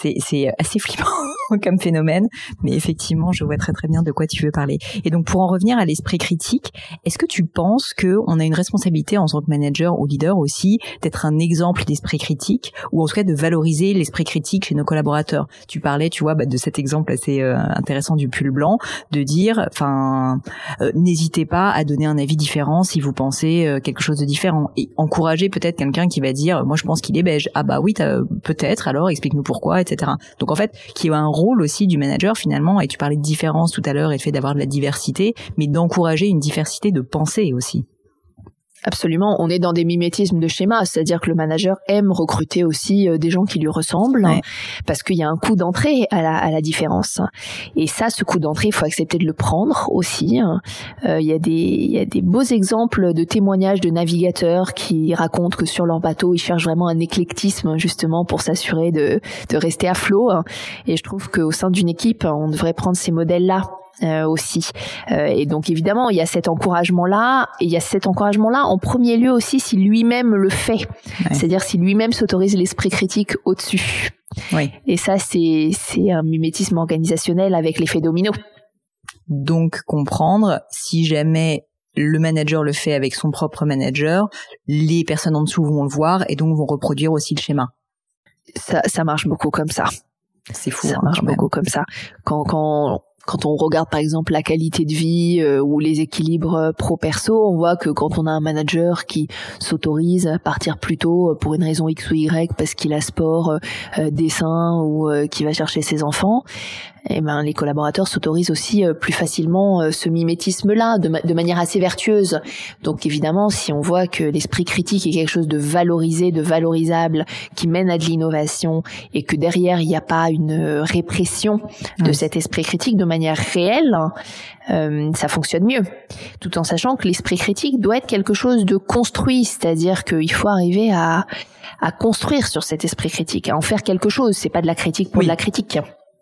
c'est, c'est assez flippant comme phénomène, mais effectivement, je vois très très bien de quoi tu veux parler. Et donc, pour en revenir à l'esprit critique, est-ce que tu penses que on a une responsabilité en tant que manager ou leader aussi d'être un exemple d'esprit critique, ou en tout cas de valoriser l'esprit critique chez nos collaborateurs? Tu parlais, tu vois, bah, de cet exemple assez euh, intéressant du pull blanc, de dire, enfin, euh, n'hésitez pas à donner un avis différent si vous pensez euh, quelque chose de différent, et encourager peut-être quelqu'un qui va dire, moi je pense qu'il est beige. Ah bah oui, t'as, peut-être. Alors explique-nous pourquoi, et cetera. Donc en fait, qui a un rôle aussi du manager finalement, et tu parlais de différence tout à l'heure et le fait d'avoir de la diversité, mais d'encourager une diversité de pensée aussi. Absolument, on est dans des mimétismes de schéma, c'est-à-dire que le manager aime recruter aussi des gens qui lui ressemblent, ouais. parce qu'il y a un coût d'entrée à la, à la différence. Et ça, ce coût d'entrée, il faut accepter de le prendre aussi. Euh, il y a des, il y a des beaux exemples de témoignages de navigateurs qui racontent que sur leur bateau, ils cherchent vraiment un éclectisme justement pour s'assurer de, de rester à flot. Et je trouve qu'au sein d'une équipe, on devrait prendre ces modèles-là. Euh, aussi euh, et donc évidemment il y a cet encouragement là et il y a cet encouragement là en premier lieu aussi si lui-même le fait, ouais. c'est-à-dire si lui-même s'autorise l'esprit critique au-dessus, ouais. et ça c'est c'est un mimétisme organisationnel avec l'effet domino. Donc comprendre, si jamais le manager le fait avec son propre manager, les personnes en dessous vont le voir et donc vont reproduire aussi le schéma. Ça, ça marche beaucoup comme ça. C'est fou. Ça hein, marche beaucoup comme ça. Quand quand Quand on regarde par exemple la qualité de vie euh, ou les équilibres pro-perso, on voit que quand on a un manager qui s'autorise à partir plus tôt pour une raison X ou Y parce qu'il a sport, euh, dessin ou euh, qui va chercher ses enfants, eh ben les collaborateurs s'autorisent aussi euh, plus facilement euh, ce mimétisme-là de, ma- de manière assez vertueuse. Donc évidemment, si on voit que l'esprit critique est quelque chose de valorisé, de valorisable, qui mène à de l'innovation et que derrière il n'y a pas une euh, répression de mmh. cet esprit critique de manière réelle, euh, ça fonctionne mieux. Tout en sachant que l'esprit critique doit être quelque chose de construit, c'est-à-dire qu'il faut arriver à, à construire sur cet esprit critique, à en faire quelque chose. C'est pas de la critique pour oui. de la critique.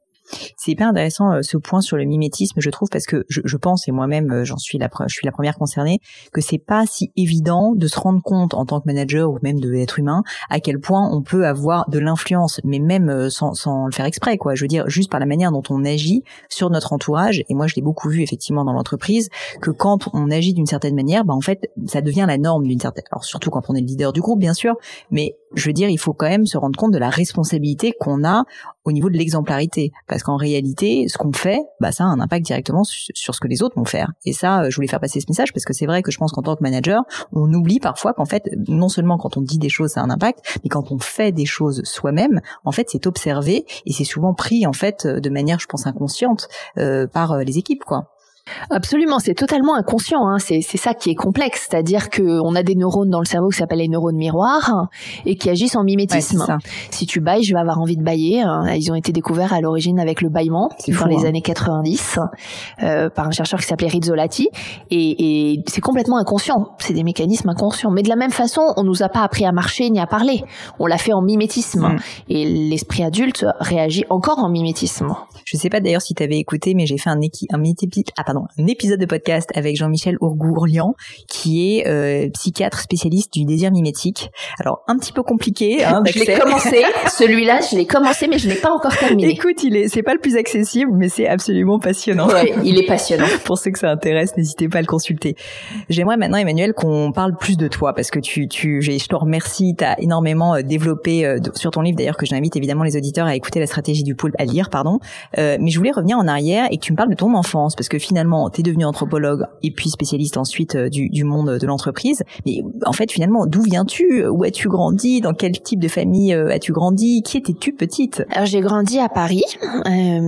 C'est hyper intéressant euh, ce point sur le mimétisme, je trouve, parce que je, je pense, et moi-même euh, j'en suis la, je suis la première concernée, que c'est pas si évident de se rendre compte en tant que manager ou même de l'être humain à quel point on peut avoir de l'influence, mais même euh, sans, sans le faire exprès, quoi. Je veux dire, juste par la manière dont on agit sur notre entourage. Et moi, je l'ai beaucoup vu effectivement dans l'entreprise, que quand on agit d'une certaine manière, bah en fait, ça devient la norme d'une certaine. Alors surtout quand on est le leader du groupe, bien sûr, mais je veux dire, il faut quand même se rendre compte de la responsabilité qu'on a au niveau de l'exemplarité, parce qu'en réalité, ce qu'on fait, bah ça a un impact directement sur, sur ce que les autres vont faire. Et ça, je voulais faire passer ce message parce que c'est vrai que je pense qu'en tant que manager, on oublie parfois qu'en fait, non seulement quand on dit des choses, ça a un impact, mais quand on fait des choses soi-même, en fait, c'est observé et c'est souvent pris en fait de manière, je pense, inconsciente euh, par les équipes, quoi. Absolument, c'est totalement inconscient, hein. c'est, c'est ça qui est complexe, c'est-à-dire qu'on a des neurones dans le cerveau qui s'appellent les neurones miroirs et qui agissent en mimétisme. Ouais, si tu bailles, je vais avoir envie de bailler. Ils ont été découverts à l'origine avec le bâillement, c'est dans fou, les hein. années quatre-vingt-dix, euh, par un chercheur qui s'appelait Rizzolatti, et, et c'est complètement inconscient, c'est des mécanismes inconscients. Mais de la même façon, on nous a pas appris à marcher ni à parler, on l'a fait en mimétisme, mmh. et l'esprit adulte réagit encore en mimétisme. Je sais pas d'ailleurs si tu avais écouté, mais j'ai fait un, équi- un, épi- ah, pardon, un épisode de podcast avec Jean-Michel Ourgourlian, qui est euh, psychiatre spécialiste du désir mimétique. Alors, un petit peu compliqué. Hein, je l'ai commencé, celui-là, je l'ai commencé, mais je l'ai pas encore terminé. Écoute, il est, c'est pas le plus accessible, mais c'est absolument passionnant. Ouais, il est passionnant. Pour ceux que ça intéresse, n'hésitez pas à le consulter. J'aimerais maintenant, Emmanuel, qu'on parle plus de toi, parce que tu, tu, je te remercie, t'as énormément développé euh, sur ton livre, d'ailleurs, que j'invite évidemment les auditeurs à écouter La stratégie du poulpe, à lire, pardon. Euh, mais je voulais revenir en arrière et que tu me parles de ton enfance, parce que finalement, t'es devenu anthropologue et puis spécialiste ensuite euh, du, du monde de l'entreprise. Mais en fait, finalement, d'où viens-tu? Où as-tu grandi? Dans quel type de famille euh, as-tu grandi? Qui étais-tu petite? Alors, j'ai grandi à Paris. Euh,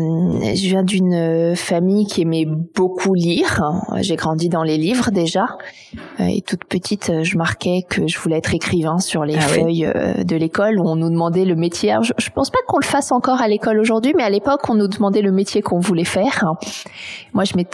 je viens d'une famille qui aimait beaucoup lire. J'ai grandi dans les livres déjà. Euh, et toute petite, je marquais que je voulais être écrivain sur les ah feuilles oui. euh, de l'école où on nous demandait le métier. Alors, je, je pense pas qu'on le fasse encore à l'école aujourd'hui, mais à l'époque, on nous demandait le métier qu'on voulait faire. Moi, je m'étais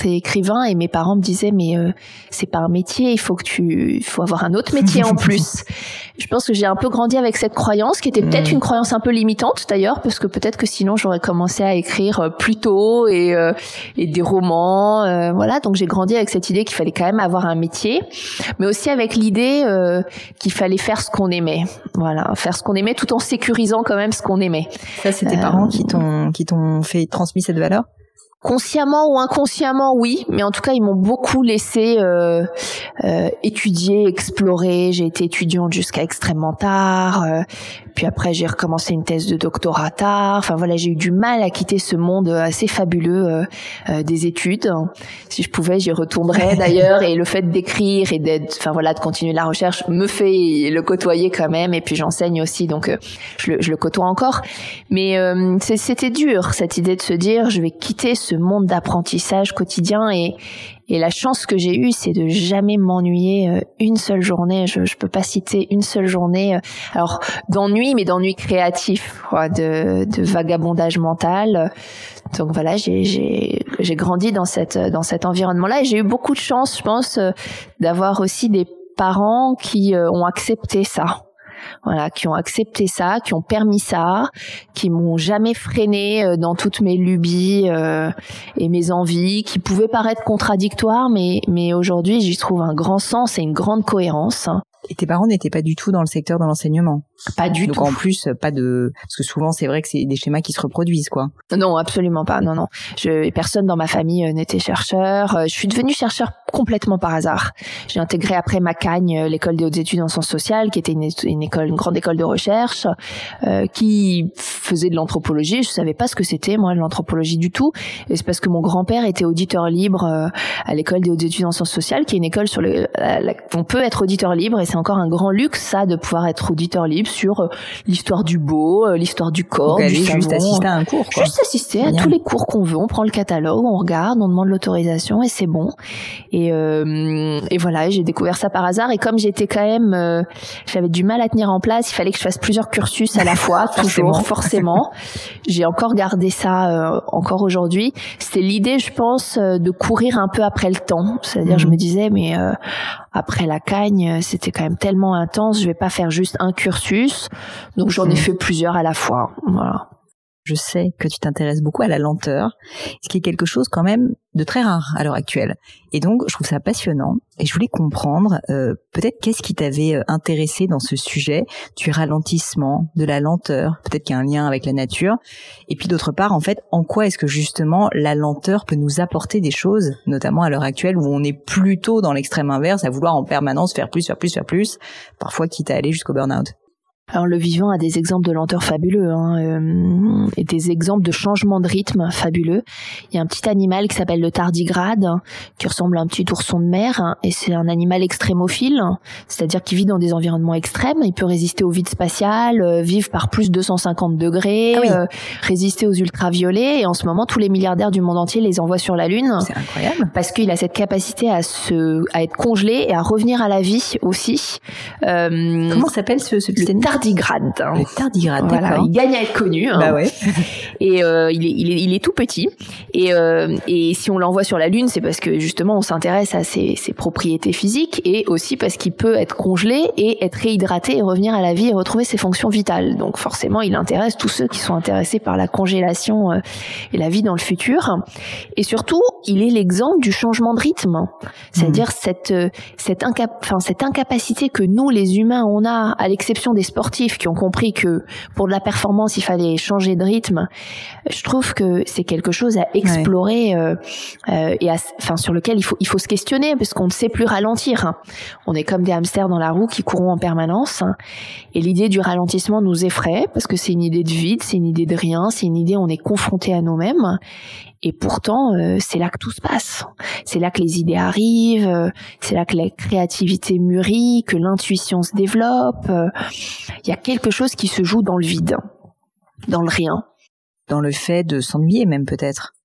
t'es écrivain, et mes parents me disaient mais euh, c'est pas un métier, il faut que tu, il faut avoir un autre métier en plus. Je pense que j'ai un peu grandi avec cette croyance, qui était peut-être mmh. une croyance un peu limitante d'ailleurs, parce que peut-être que sinon j'aurais commencé à écrire plus tôt et euh, et des romans, euh, voilà. Donc j'ai grandi avec cette idée qu'il fallait quand même avoir un métier, mais aussi avec l'idée euh, qu'il fallait faire ce qu'on aimait, voilà, faire ce qu'on aimait tout en sécurisant quand même ce qu'on aimait. Ça, c'est tes euh, parents qui t'ont qui t'ont fait transmis cette valeur? Consciemment ou inconsciemment, oui, mais en tout cas, ils m'ont beaucoup laissé euh, euh, étudier, explorer. J'ai été étudiante jusqu'à extrêmement tard. Euh, puis après, j'ai recommencé une thèse de doctorat tard. Enfin voilà, j'ai eu du mal à quitter ce monde assez fabuleux euh, euh, des études. Si je pouvais, j'y retournerais d'ailleurs. Et le fait d'écrire et d'être, enfin voilà, de continuer la recherche me fait le côtoyer quand même. Et puis j'enseigne aussi, donc euh, je, le, je le côtoie encore. Mais euh, c'est, c'était dur cette idée de se dire, je vais quitter ce monde d'apprentissage quotidien, et et la chance que j'ai eue, c'est de jamais m'ennuyer une seule journée. Je je peux pas citer une seule journée, alors d'ennui, mais d'ennui créatif, quoi, de de vagabondage mental. Donc voilà, j'ai j'ai j'ai grandi dans cette dans cet environnement-là, et j'ai eu beaucoup de chance, je pense, d'avoir aussi des parents qui ont accepté ça. Voilà, qui ont accepté ça, qui ont permis ça, qui m'ont jamais freiné dans toutes mes lubies euh, et mes envies, qui pouvaient paraître contradictoires, mais mais aujourd'hui j'y trouve un grand sens et une grande cohérence. Et tes parents n'étaient pas du tout dans le secteur de l'enseignement? Pas du Donc tout. Donc en plus, pas de... Parce que souvent, c'est vrai que c'est des schémas qui se reproduisent, quoi. Non, absolument pas. Non, non. Je... Personne dans ma famille n'était chercheur. Je suis devenue chercheur complètement par hasard. J'ai intégré après Maccagne, l'école des hautes études en sciences sociales, qui était une, une école, une grande école de recherche, euh, qui faisait de l'anthropologie. Je savais pas ce que c'était, moi, l'anthropologie du tout. Et c'est parce que mon grand-père était auditeur libre euh, à l'école des hautes études en sciences sociales, qui est une école sur le... on peut être auditeur libre, et c'est encore un grand luxe, ça, de pouvoir être auditeur libre sur euh, l'histoire du beau, euh, l'histoire du corps, du savon. Juste assister à un cours, quoi. Juste assister à tous les cours qu'on veut. On prend le catalogue, on regarde, on demande l'autorisation, et c'est bon. Et, euh, et voilà, j'ai découvert ça par hasard. Et comme j'étais quand même, euh, j'avais du mal à tenir en place, il fallait que je fasse plusieurs cursus à la fois, toujours, forcément. J'ai encore gardé ça, euh, encore aujourd'hui. C'était l'idée, je pense, euh, de courir un peu après le temps. C'est-à-dire, mmh. je me disais, mais euh, après la Cagne, c'était quand même tellement intense, je vais pas faire juste un cursus. Donc j'en ai fait plusieurs à la fois. Voilà. Je sais que tu t'intéresses beaucoup à la lenteur, ce qui est quelque chose quand même de très rare à l'heure actuelle. Et donc, je trouve ça passionnant. Et je voulais comprendre, euh, peut-être qu'est-ce qui t'avait intéressé dans ce sujet du ralentissement, de la lenteur, peut-être qu'il y a un lien avec la nature. Et puis d'autre part, en fait, en quoi est-ce que justement la lenteur peut nous apporter des choses, notamment à l'heure actuelle où on est plutôt dans l'extrême inverse, à vouloir en permanence faire plus, faire plus, faire plus, parfois quitte à aller jusqu'au burn-out. Alors le vivant a des exemples de lenteur fabuleux, hein, euh, et des exemples de changement de rythme fabuleux. Il y a un petit animal qui s'appelle le tardigrade, hein, qui ressemble à un petit ourson de mer, hein, et c'est un animal extrémophile, hein, c'est-à-dire qui vit dans des environnements extrêmes. Il peut résister au vide spatial, euh, vivre par plus de deux cent cinquante degrés, ah oui. euh, résister aux ultraviolets, et en ce moment tous les milliardaires du monde entier les envoient sur la Lune. C'est incroyable. Parce qu'il a cette capacité à se, à être congelé et à revenir à la vie aussi. Euh, Comment s'appelle ce, ce petit animal? Tardigrade. Le tardigrade, voilà, d'accord. Il gagne à être connu. Hein. Bah ouais. Et euh, il, est, il, est, il est tout petit. Et, euh, et si on l'envoie sur la Lune, c'est parce que justement on s'intéresse à ses, ses propriétés physiques, et aussi parce qu'il peut être congelé et être réhydraté et revenir à la vie et retrouver ses fonctions vitales. Donc forcément, il intéresse tous ceux qui sont intéressés par la congélation euh, et la vie dans le futur. Et surtout, il est l'exemple du changement de rythme. C'est-à-dire mmh. cette, cette, incap- enfin, cette incapacité que nous, les humains, on a, à l'exception des sportifs qui ont compris que pour de la performance, il fallait changer de rythme. Je trouve que c'est quelque chose à explorer, ouais. euh, euh, et à, enfin, sur lequel il faut, il faut se questionner, parce qu'on ne sait plus ralentir. On est comme des hamsters dans la roue qui courent en permanence. Et l'idée du ralentissement nous effraie, parce que c'est une idée de vide, c'est une idée de rien, c'est une idée où on est confronté à nous-mêmes. Et pourtant, euh, c'est là que tout se passe. C'est là que les idées arrivent, euh, c'est là que la créativité mûrit, que l'intuition se développe. Il euh, y a quelque chose qui se joue dans le vide, dans le rien. Dans le fait de s'ennuyer même peut-être.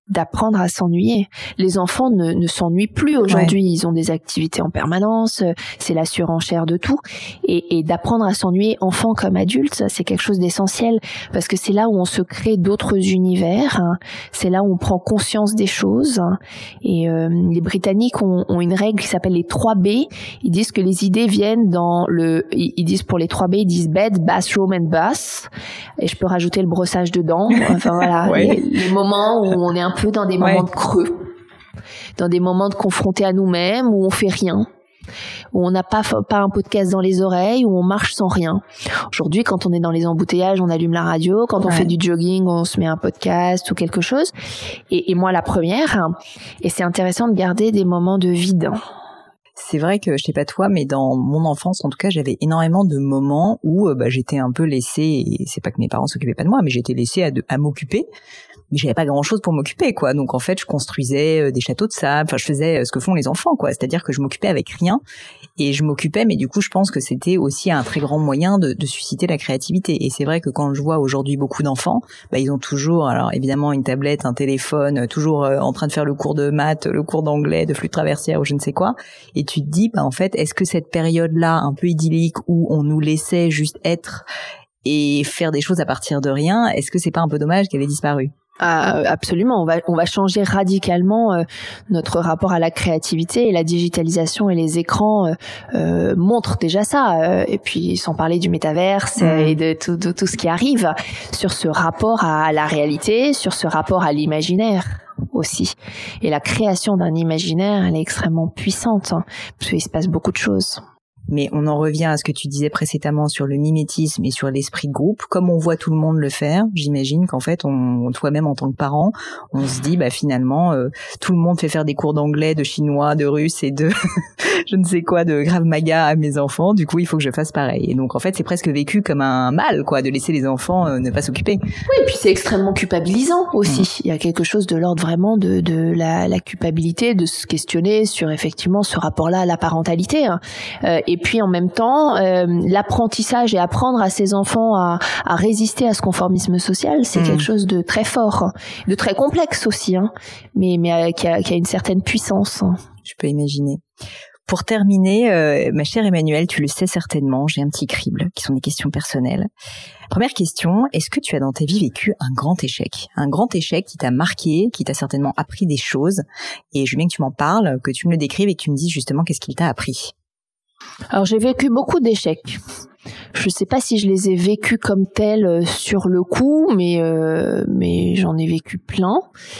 d'apprendre à s'ennuyer. Les enfants ne, ne s'ennuient plus aujourd'hui. Ouais. Ils ont des activités en permanence. C'est la surenchère de tout. Et, et d'apprendre à s'ennuyer, enfant comme adulte, c'est quelque chose d'essentiel parce que c'est là où on se crée d'autres univers. C'est là où on prend conscience des choses. Et euh, les Britanniques ont, ont une règle qui s'appelle les trois B. Ils disent que les idées viennent dans le... Ils disent pour les trois B, ils disent bed, bathroom and bus. Et je peux rajouter le brossage dedans. Enfin voilà, ouais. les, les moments où on est un peu dans des moments ouais. de creux, dans des moments de confronter à nous-mêmes, où on fait rien, où on n'a pas, pas un podcast dans les oreilles, où on marche sans rien. Aujourd'hui, quand on est dans les embouteillages, on allume la radio. Quand on ouais. fait du jogging, on se met un podcast ou quelque chose. Et, et moi, la première, et c'est intéressant de garder des moments de vide. C'est vrai que, je sais pas toi, mais dans mon enfance, en tout cas, j'avais énormément de moments où bah, j'étais un peu laissée, et c'est pas que mes parents s'occupaient pas de moi, mais j'étais laissée à, de, à m'occuper. Mais j'avais pas grand chose pour m'occuper, quoi. Donc en fait, je construisais des châteaux de sable. Enfin, je faisais ce que font les enfants, quoi. C'est-à-dire que je m'occupais avec rien. Et je m'occupais, mais du coup, je pense que c'était aussi un très grand moyen de, de susciter la créativité. Et c'est vrai que quand je vois aujourd'hui beaucoup d'enfants, bah ils ont toujours, alors évidemment, une tablette, un téléphone, toujours euh, en train de faire le cours de maths, le cours d'anglais, de flûte traversière ou je ne sais quoi. Et tu te dis, bah en fait, est-ce que cette période-là, un peu idyllique, où on nous laissait juste être et faire des choses à partir de rien, est-ce que c'est pas un peu dommage qu'elle ait disparu? Ah, absolument, on va on va changer radicalement euh, notre rapport à la créativité, et la digitalisation et les écrans euh, euh, montrent déjà ça. Euh, et puis sans parler du métaverse mmh. et de tout, de tout ce qui arrive sur ce rapport à la réalité, sur ce rapport à l'imaginaire aussi. Et la création d'un imaginaire, elle est extrêmement puissante hein, parce qu'il se passe beaucoup de choses. Mais on en revient à ce que tu disais précédemment sur le mimétisme et sur l'esprit de groupe. Comme on voit tout le monde le faire, j'imagine qu'en fait, on, toi-même en tant que parent, on se dit, bah finalement, euh, tout le monde fait faire des cours d'anglais, de chinois, de russe et de je ne sais quoi, de Krav Maga à mes enfants. Du coup, il faut que je fasse pareil. Et donc, en fait, c'est presque vécu comme un mal, quoi, de laisser les enfants euh, ne pas s'occuper. Oui, et puis c'est extrêmement culpabilisant aussi. Mmh. Il y a quelque chose de l'ordre vraiment de, de la, la culpabilité, de se questionner sur effectivement ce rapport-là à la parentalité. Hein. Euh, et puis en même temps, euh, l'apprentissage et apprendre à ses enfants à, à résister à ce conformisme social, c'est mmh. quelque chose de très fort, de très complexe aussi, hein, mais, mais euh, qui, a, qui a une certaine puissance. Je peux imaginer. Pour terminer, euh, ma chère Emmanuelle, tu le sais certainement, j'ai un petit crible qui sont des questions personnelles. Première question, est-ce que tu as dans ta vie vécu un grand échec? Un grand échec qui t'a marqué, qui t'a certainement appris des choses, et je veux bien que tu m'en parles, que tu me le décrives et que tu me dises justement qu'est-ce qu'il t'a appris. Alors j'ai vécu beaucoup d'échecs. Je sais pas si je les ai vécus comme tels sur le coup, mais euh, mais j'en ai vécu plein.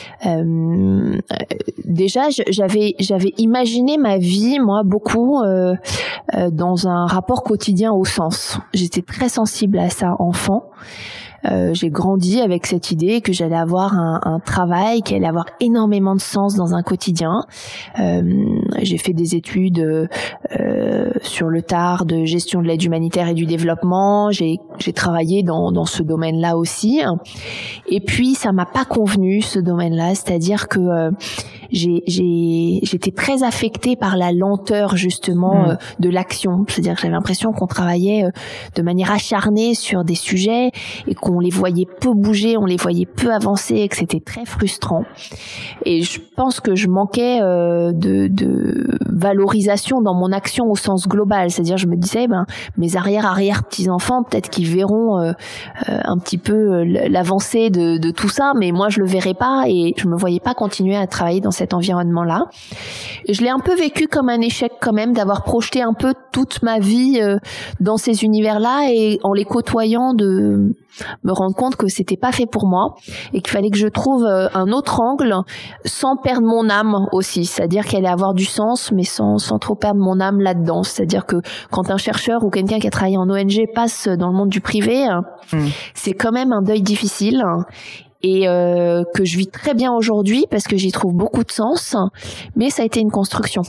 Euh, déjà, j'avais j'avais imaginé ma vie, moi, beaucoup euh, euh, dans un rapport quotidien au sens. J'étais très sensible à ça enfant. Euh, j'ai grandi avec cette idée que j'allais avoir un, un travail qui allait avoir énormément de sens dans un quotidien. Euh, j'ai fait des études euh, sur le tard de gestion de l'aide humanitaire et du développement. J'ai, j'ai travaillé dans, dans ce domaine-là aussi. Et puis, ça m'a pas convenu, ce domaine-là. C'est-à-dire que euh, j'ai, j'ai, j'étais très affectée par la lenteur, justement, mmh. euh, de l'action. C'est-à-dire que j'avais l'impression qu'on travaillait euh, de manière acharnée sur des sujets et qu'on on les voyait peu bouger, on les voyait peu avancer, et que c'était très frustrant. Et je pense que je manquais euh, de, de valorisation dans mon action au sens global. C'est-à-dire, je me disais, ben, mes arrière-arrière petits-enfants, peut-être qu'ils verront euh, euh, un petit peu l'avancée de, de tout ça, mais moi, je le verrais pas et je me voyais pas continuer à travailler dans cet environnement-là. Et je l'ai un peu vécu comme un échec quand même, d'avoir projeté un peu toute ma vie euh, dans ces univers-là et en les côtoyant de me rendre compte que c'était pas fait pour moi et qu'il fallait que je trouve un autre angle sans perdre mon âme aussi, c'est-à-dire qu'elle allait avoir du sens mais sans, sans trop perdre mon âme là-dedans. C'est-à-dire que quand un chercheur ou quelqu'un qui a travaillé en O N G passe dans le monde du privé, mmh. c'est quand même un deuil difficile et euh, que je vis très bien aujourd'hui parce que j'y trouve beaucoup de sens, mais ça a été une construction.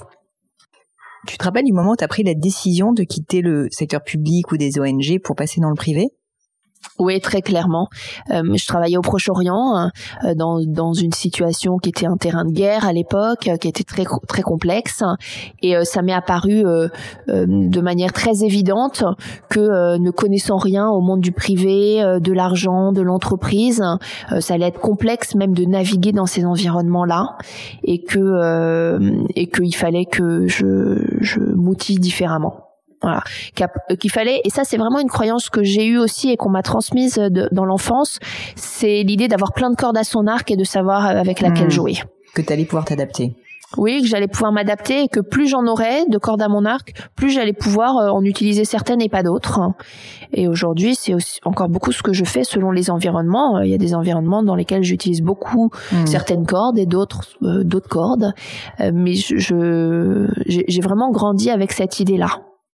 Tu te rappelles du moment où tu as pris la décision de quitter le secteur public ou des O N G pour passer dans le privé ? Oui, très clairement. Euh, je travaillais au Proche-Orient euh, dans dans une situation qui était un terrain de guerre à l'époque, euh, qui était très très complexe, et euh, ça m'est apparu euh, euh, de manière très évidente que euh, ne connaissant rien au monde du privé, euh, de l'argent, de l'entreprise, euh, ça allait être complexe même de naviguer dans ces environnements-là, et que euh, et qu'il fallait que je je m'outille différemment. Voilà, qu'il fallait, et ça c'est vraiment une croyance que j'ai eue aussi et qu'on m'a transmise de, dans l'enfance, c'est l'idée d'avoir plein de cordes à son arc et de savoir avec laquelle mmh. jouer. Que tu allais pouvoir t'adapter. Oui, que j'allais pouvoir m'adapter et que plus j'en aurais de cordes à mon arc, plus j'allais pouvoir euh, en utiliser certaines et pas d'autres. Et aujourd'hui, c'est aussi encore beaucoup ce que je fais selon les environnements. Il y a des environnements dans lesquels j'utilise beaucoup mmh. certaines cordes et d'autres euh, d'autres cordes, euh, mais je, je j'ai, j'ai vraiment grandi avec cette idée-là.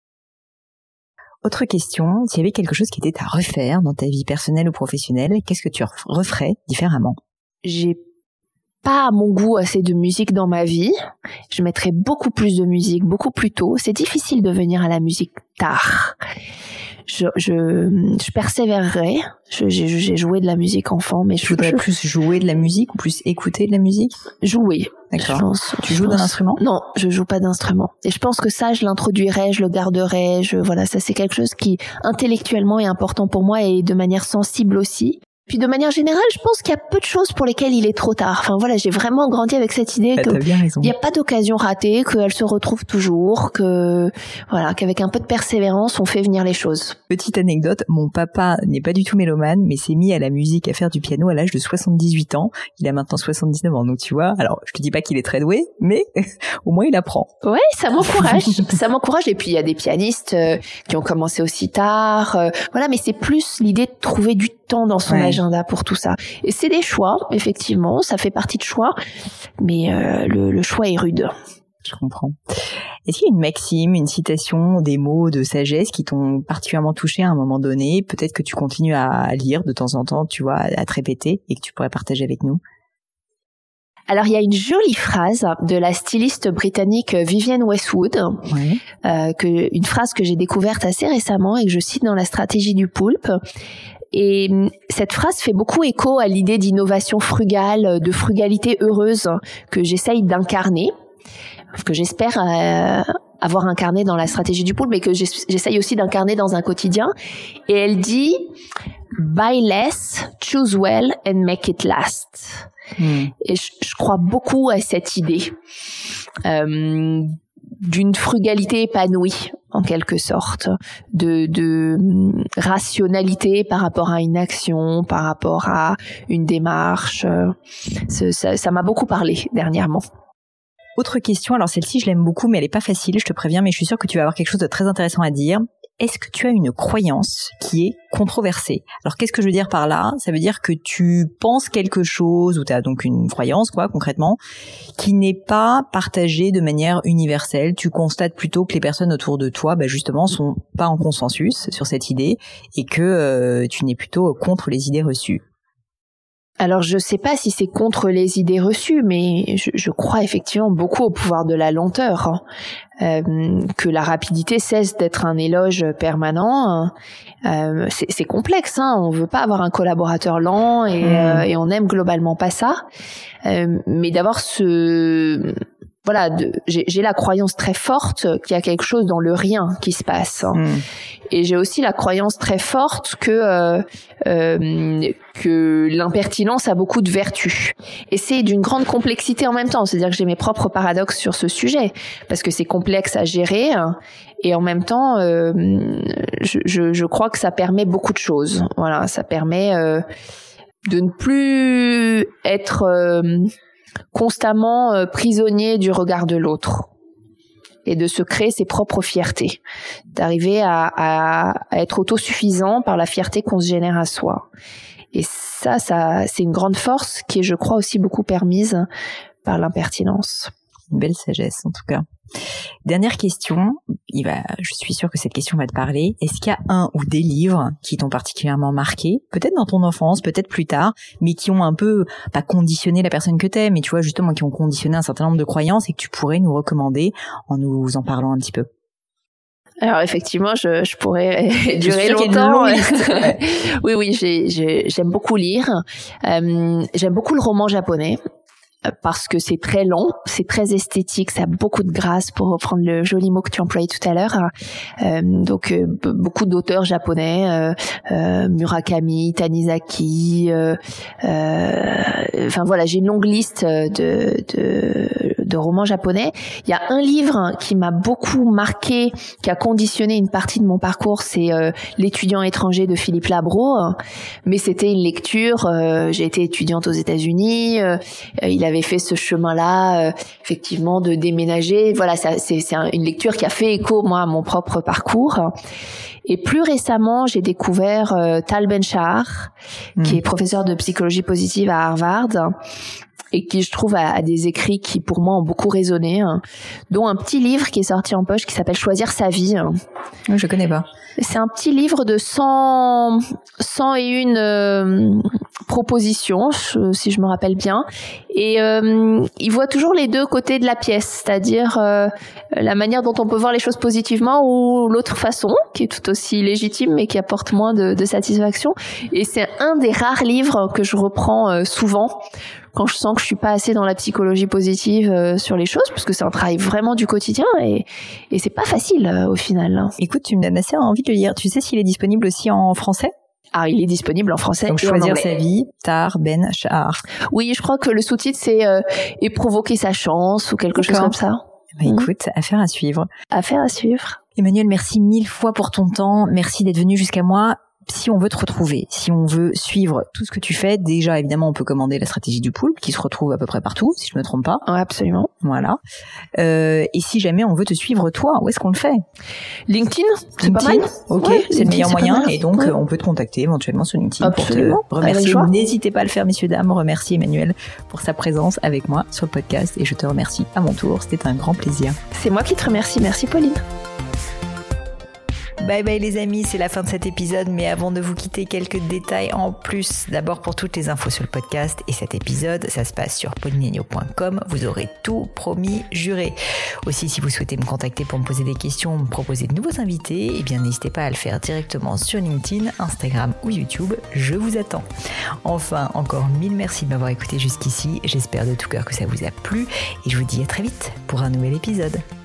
Autre question, s'il y avait quelque chose qui était à refaire dans ta vie personnelle ou professionnelle, qu'est-ce que tu referais différemment? J'ai pas à mon goût assez de musique dans ma vie. Je mettrais beaucoup plus de musique, beaucoup plus tôt. C'est difficile de venir à la musique tard. Je, je, je persévérerai. Je, j'ai, j'ai joué de la musique enfant, mais je voudrais je... plus jouer de la musique ou plus écouter de la musique? Jouer. D'accord. Je pense, tu je joues pense... d'un instrument? Non, je joue pas d'instrument. Et je pense que ça, je l'introduirai, je le garderai. Je, voilà, ça c'est quelque chose qui intellectuellement est important pour moi et de manière sensible aussi. Puis de manière générale, je pense qu'il y a peu de choses pour lesquelles il est trop tard. Enfin voilà, j'ai vraiment grandi avec cette idée bah, que il n'y a pas d'occasion ratée, qu'elle se retrouve toujours, que voilà, qu'avec un peu de persévérance, on fait venir les choses. Petite anecdote, mon papa n'est pas du tout mélomane, mais s'est mis à la musique, à faire du piano à l'âge de soixante-dix-huit ans. Il a maintenant soixante-dix-neuf ans, donc tu vois. Alors, je te dis pas qu'il est très doué, mais au moins il apprend. Ouais, ça m'encourage, ça m'encourage. Et puis il y a des pianistes euh, qui ont commencé aussi tard. Euh, voilà, mais c'est plus l'idée de trouver du temps dans son ouais. agenda pour tout ça. Et c'est des choix, effectivement, ça fait partie de choix, mais euh, le, le choix est rude. Je comprends. Est-ce qu'il y a une maxime, une citation, des mots de sagesse qui t'ont particulièrement touché à un moment donné? Peut-être que tu continues à lire de temps en temps, tu vois, à te répéter et que tu pourrais partager avec nous. Alors, il y a une jolie phrase de la styliste britannique Vivienne Westwood, oui. euh, que, une phrase que j'ai découverte assez récemment et que je cite dans la stratégie du poulpe. Et cette phrase fait beaucoup écho à l'idée d'innovation frugale, de frugalité heureuse que j'essaye d'incarner, que j'espère euh, avoir incarné dans la stratégie du poulpe, mais que j'essaye aussi d'incarner dans un quotidien. Et elle dit « Buy less, choose well and make it last ». Mmh. Et je, je crois beaucoup à cette idée euh, d'une frugalité épanouie, en quelque sorte, de, de rationalité par rapport à une action, par rapport à une démarche. Ça, ça, ça m'a beaucoup parlé dernièrement. Autre question, alors celle-ci je l'aime beaucoup, mais elle est pas facile, je te préviens, mais je suis sûre que tu vas avoir quelque chose de très intéressant à dire. Est-ce que tu as une croyance qui est controversée? Alors qu'est-ce que je veux dire par là? Ça veut dire que tu penses quelque chose, ou tu as donc une croyance, quoi, concrètement, qui n'est pas partagée de manière universelle. Tu constates plutôt que les personnes autour de toi, bah, justement, sont pas en consensus sur cette idée, et que euh, tu n'es plutôt contre les idées reçues. Alors, je sais pas si c'est contre les idées reçues, mais je, je crois effectivement beaucoup au pouvoir de la lenteur, hein. Euh, que la rapidité cesse d'être un éloge permanent. Euh, c'est, c'est complexe, hein. On veut pas avoir un collaborateur lent et, mmh. euh, et on aime globalement pas ça. Euh, mais d'avoir ce... Voilà, de, j'ai, j'ai la croyance très forte qu'il y a quelque chose dans le rien qui se passe. Hein. Mmh. Et j'ai aussi la croyance très forte que euh, euh, que l'impertinence a beaucoup de vertus. Et c'est d'une grande complexité en même temps. C'est-à-dire que j'ai mes propres paradoxes sur ce sujet, parce que c'est complexe à gérer. Et en même temps, euh, je, je, je crois que ça permet beaucoup de choses. Voilà, ça permet euh, de ne plus être... Euh, constamment euh, prisonnier du regard de l'autre et de se créer ses propres fiertés, d'arriver à, à, à être autosuffisant par la fierté qu'on se génère à soi. Et ça, ça, c'est une grande force qui est, je crois, aussi beaucoup permise par l'impertinence. Une belle sagesse, en tout cas. Dernière question, il va, je suis sûre que cette question va te parler. Est-ce qu'il y a un ou des livres qui t'ont particulièrement marqué, peut-être dans ton enfance, peut-être plus tard, mais qui ont un peu, pas conditionné la personne que t'es, mais tu vois, justement, qui ont conditionné un certain nombre de croyances et que tu pourrais nous recommander en nous en parlant un petit peu? Alors effectivement, je, je pourrais durer longtemps. oui, oui, j'ai, j'ai, j'aime beaucoup lire. Euh, j'aime beaucoup le roman japonais. Parce que c'est très long, c'est très esthétique, ça a beaucoup de grâce, pour reprendre le joli mot que tu employais tout à l'heure. Euh, donc euh, b- beaucoup d'auteurs japonais, euh, euh, Murakami, Tanizaki. Euh, euh, enfin voilà, j'ai une longue liste de, de de romans japonais. Il y a un livre qui m'a beaucoup marqué, qui a conditionné une partie de mon parcours, c'est euh, L'étudiant étranger de Philippe Labro. Mais c'était une lecture. Euh, j'ai été étudiante aux États-Unis. Euh, il avait fait ce chemin-là, euh, effectivement, de déménager. Voilà, ça, c'est, c'est une lecture qui a fait écho, moi, à mon propre parcours. Et plus récemment, j'ai découvert euh, Tal Ben-Shahar, mmh. qui est professeur de psychologie positive à Harvard, et qui, je trouve, a, a des écrits qui, pour moi, ont beaucoup résonné, hein, dont un petit livre qui est sorti en poche qui s'appelle Choisir sa vie. Je connais pas. C'est un petit livre de cent, cent et une euh, propositions, je, si je me rappelle bien. Et euh, il voit toujours les deux côtés de la pièce, c'est-à-dire euh, la manière dont on peut voir les choses positivement ou l'autre façon, qui est tout aussi légitime mais qui apporte moins de, de satisfaction. Et c'est un des rares livres que je reprends euh, souvent quand je sens que je suis pas assez dans la psychologie positive euh, sur les choses, parce que c'est un travail vraiment du quotidien et, et c'est pas facile euh, au final. Hein. Écoute, tu me donnes assez envie de le lire. Tu sais s'il est disponible aussi en français ? Ah, il est disponible en français. Donc, Choisir sa vie, Tal Ben-Shahar. Oui, je crois que le sous-titre, c'est euh, « Et provoquer sa chance » ou quelque D'accord. chose comme ça. Bah, mmh. Écoute, affaire à suivre. Affaire à suivre. Emmanuelle, merci mille fois pour ton temps. Merci d'être venue jusqu'à moi. Si on veut te retrouver, si on veut suivre tout ce que tu fais, déjà, évidemment, on peut commander la stratégie du poulpe, qui se retrouve à peu près partout, si je me trompe pas. Ouais, absolument. Voilà. Euh, et si jamais on veut te suivre, toi, où est-ce qu'on le fait ? LinkedIn, c'est LinkedIn, pas mal. Ok, ouais, c'est le meilleur moyen. Et donc, ouais. on peut te contacter éventuellement sur LinkedIn absolument. pour te remercier. N'hésitez pas à le faire, messieurs, dames. Remercier Emmanuelle pour sa présence avec moi sur le podcast. Et je te remercie à mon tour. C'était un grand plaisir. C'est moi qui te remercie. Merci, Pauline. Bye bye les amis, c'est la fin de cet épisode, mais avant de vous quitter, quelques détails en plus. D'abord pour toutes les infos sur le podcast et cet épisode, ça se passe sur pauline point com, vous aurez tout promis, juré. Aussi, si vous souhaitez me contacter pour me poser des questions, me proposer de nouveaux invités, eh bien n'hésitez pas à le faire directement sur LinkedIn, Instagram ou YouTube, je vous attends. Enfin, encore mille merci de m'avoir écouté jusqu'ici, j'espère de tout cœur que ça vous a plu et je vous dis à très vite pour un nouvel épisode.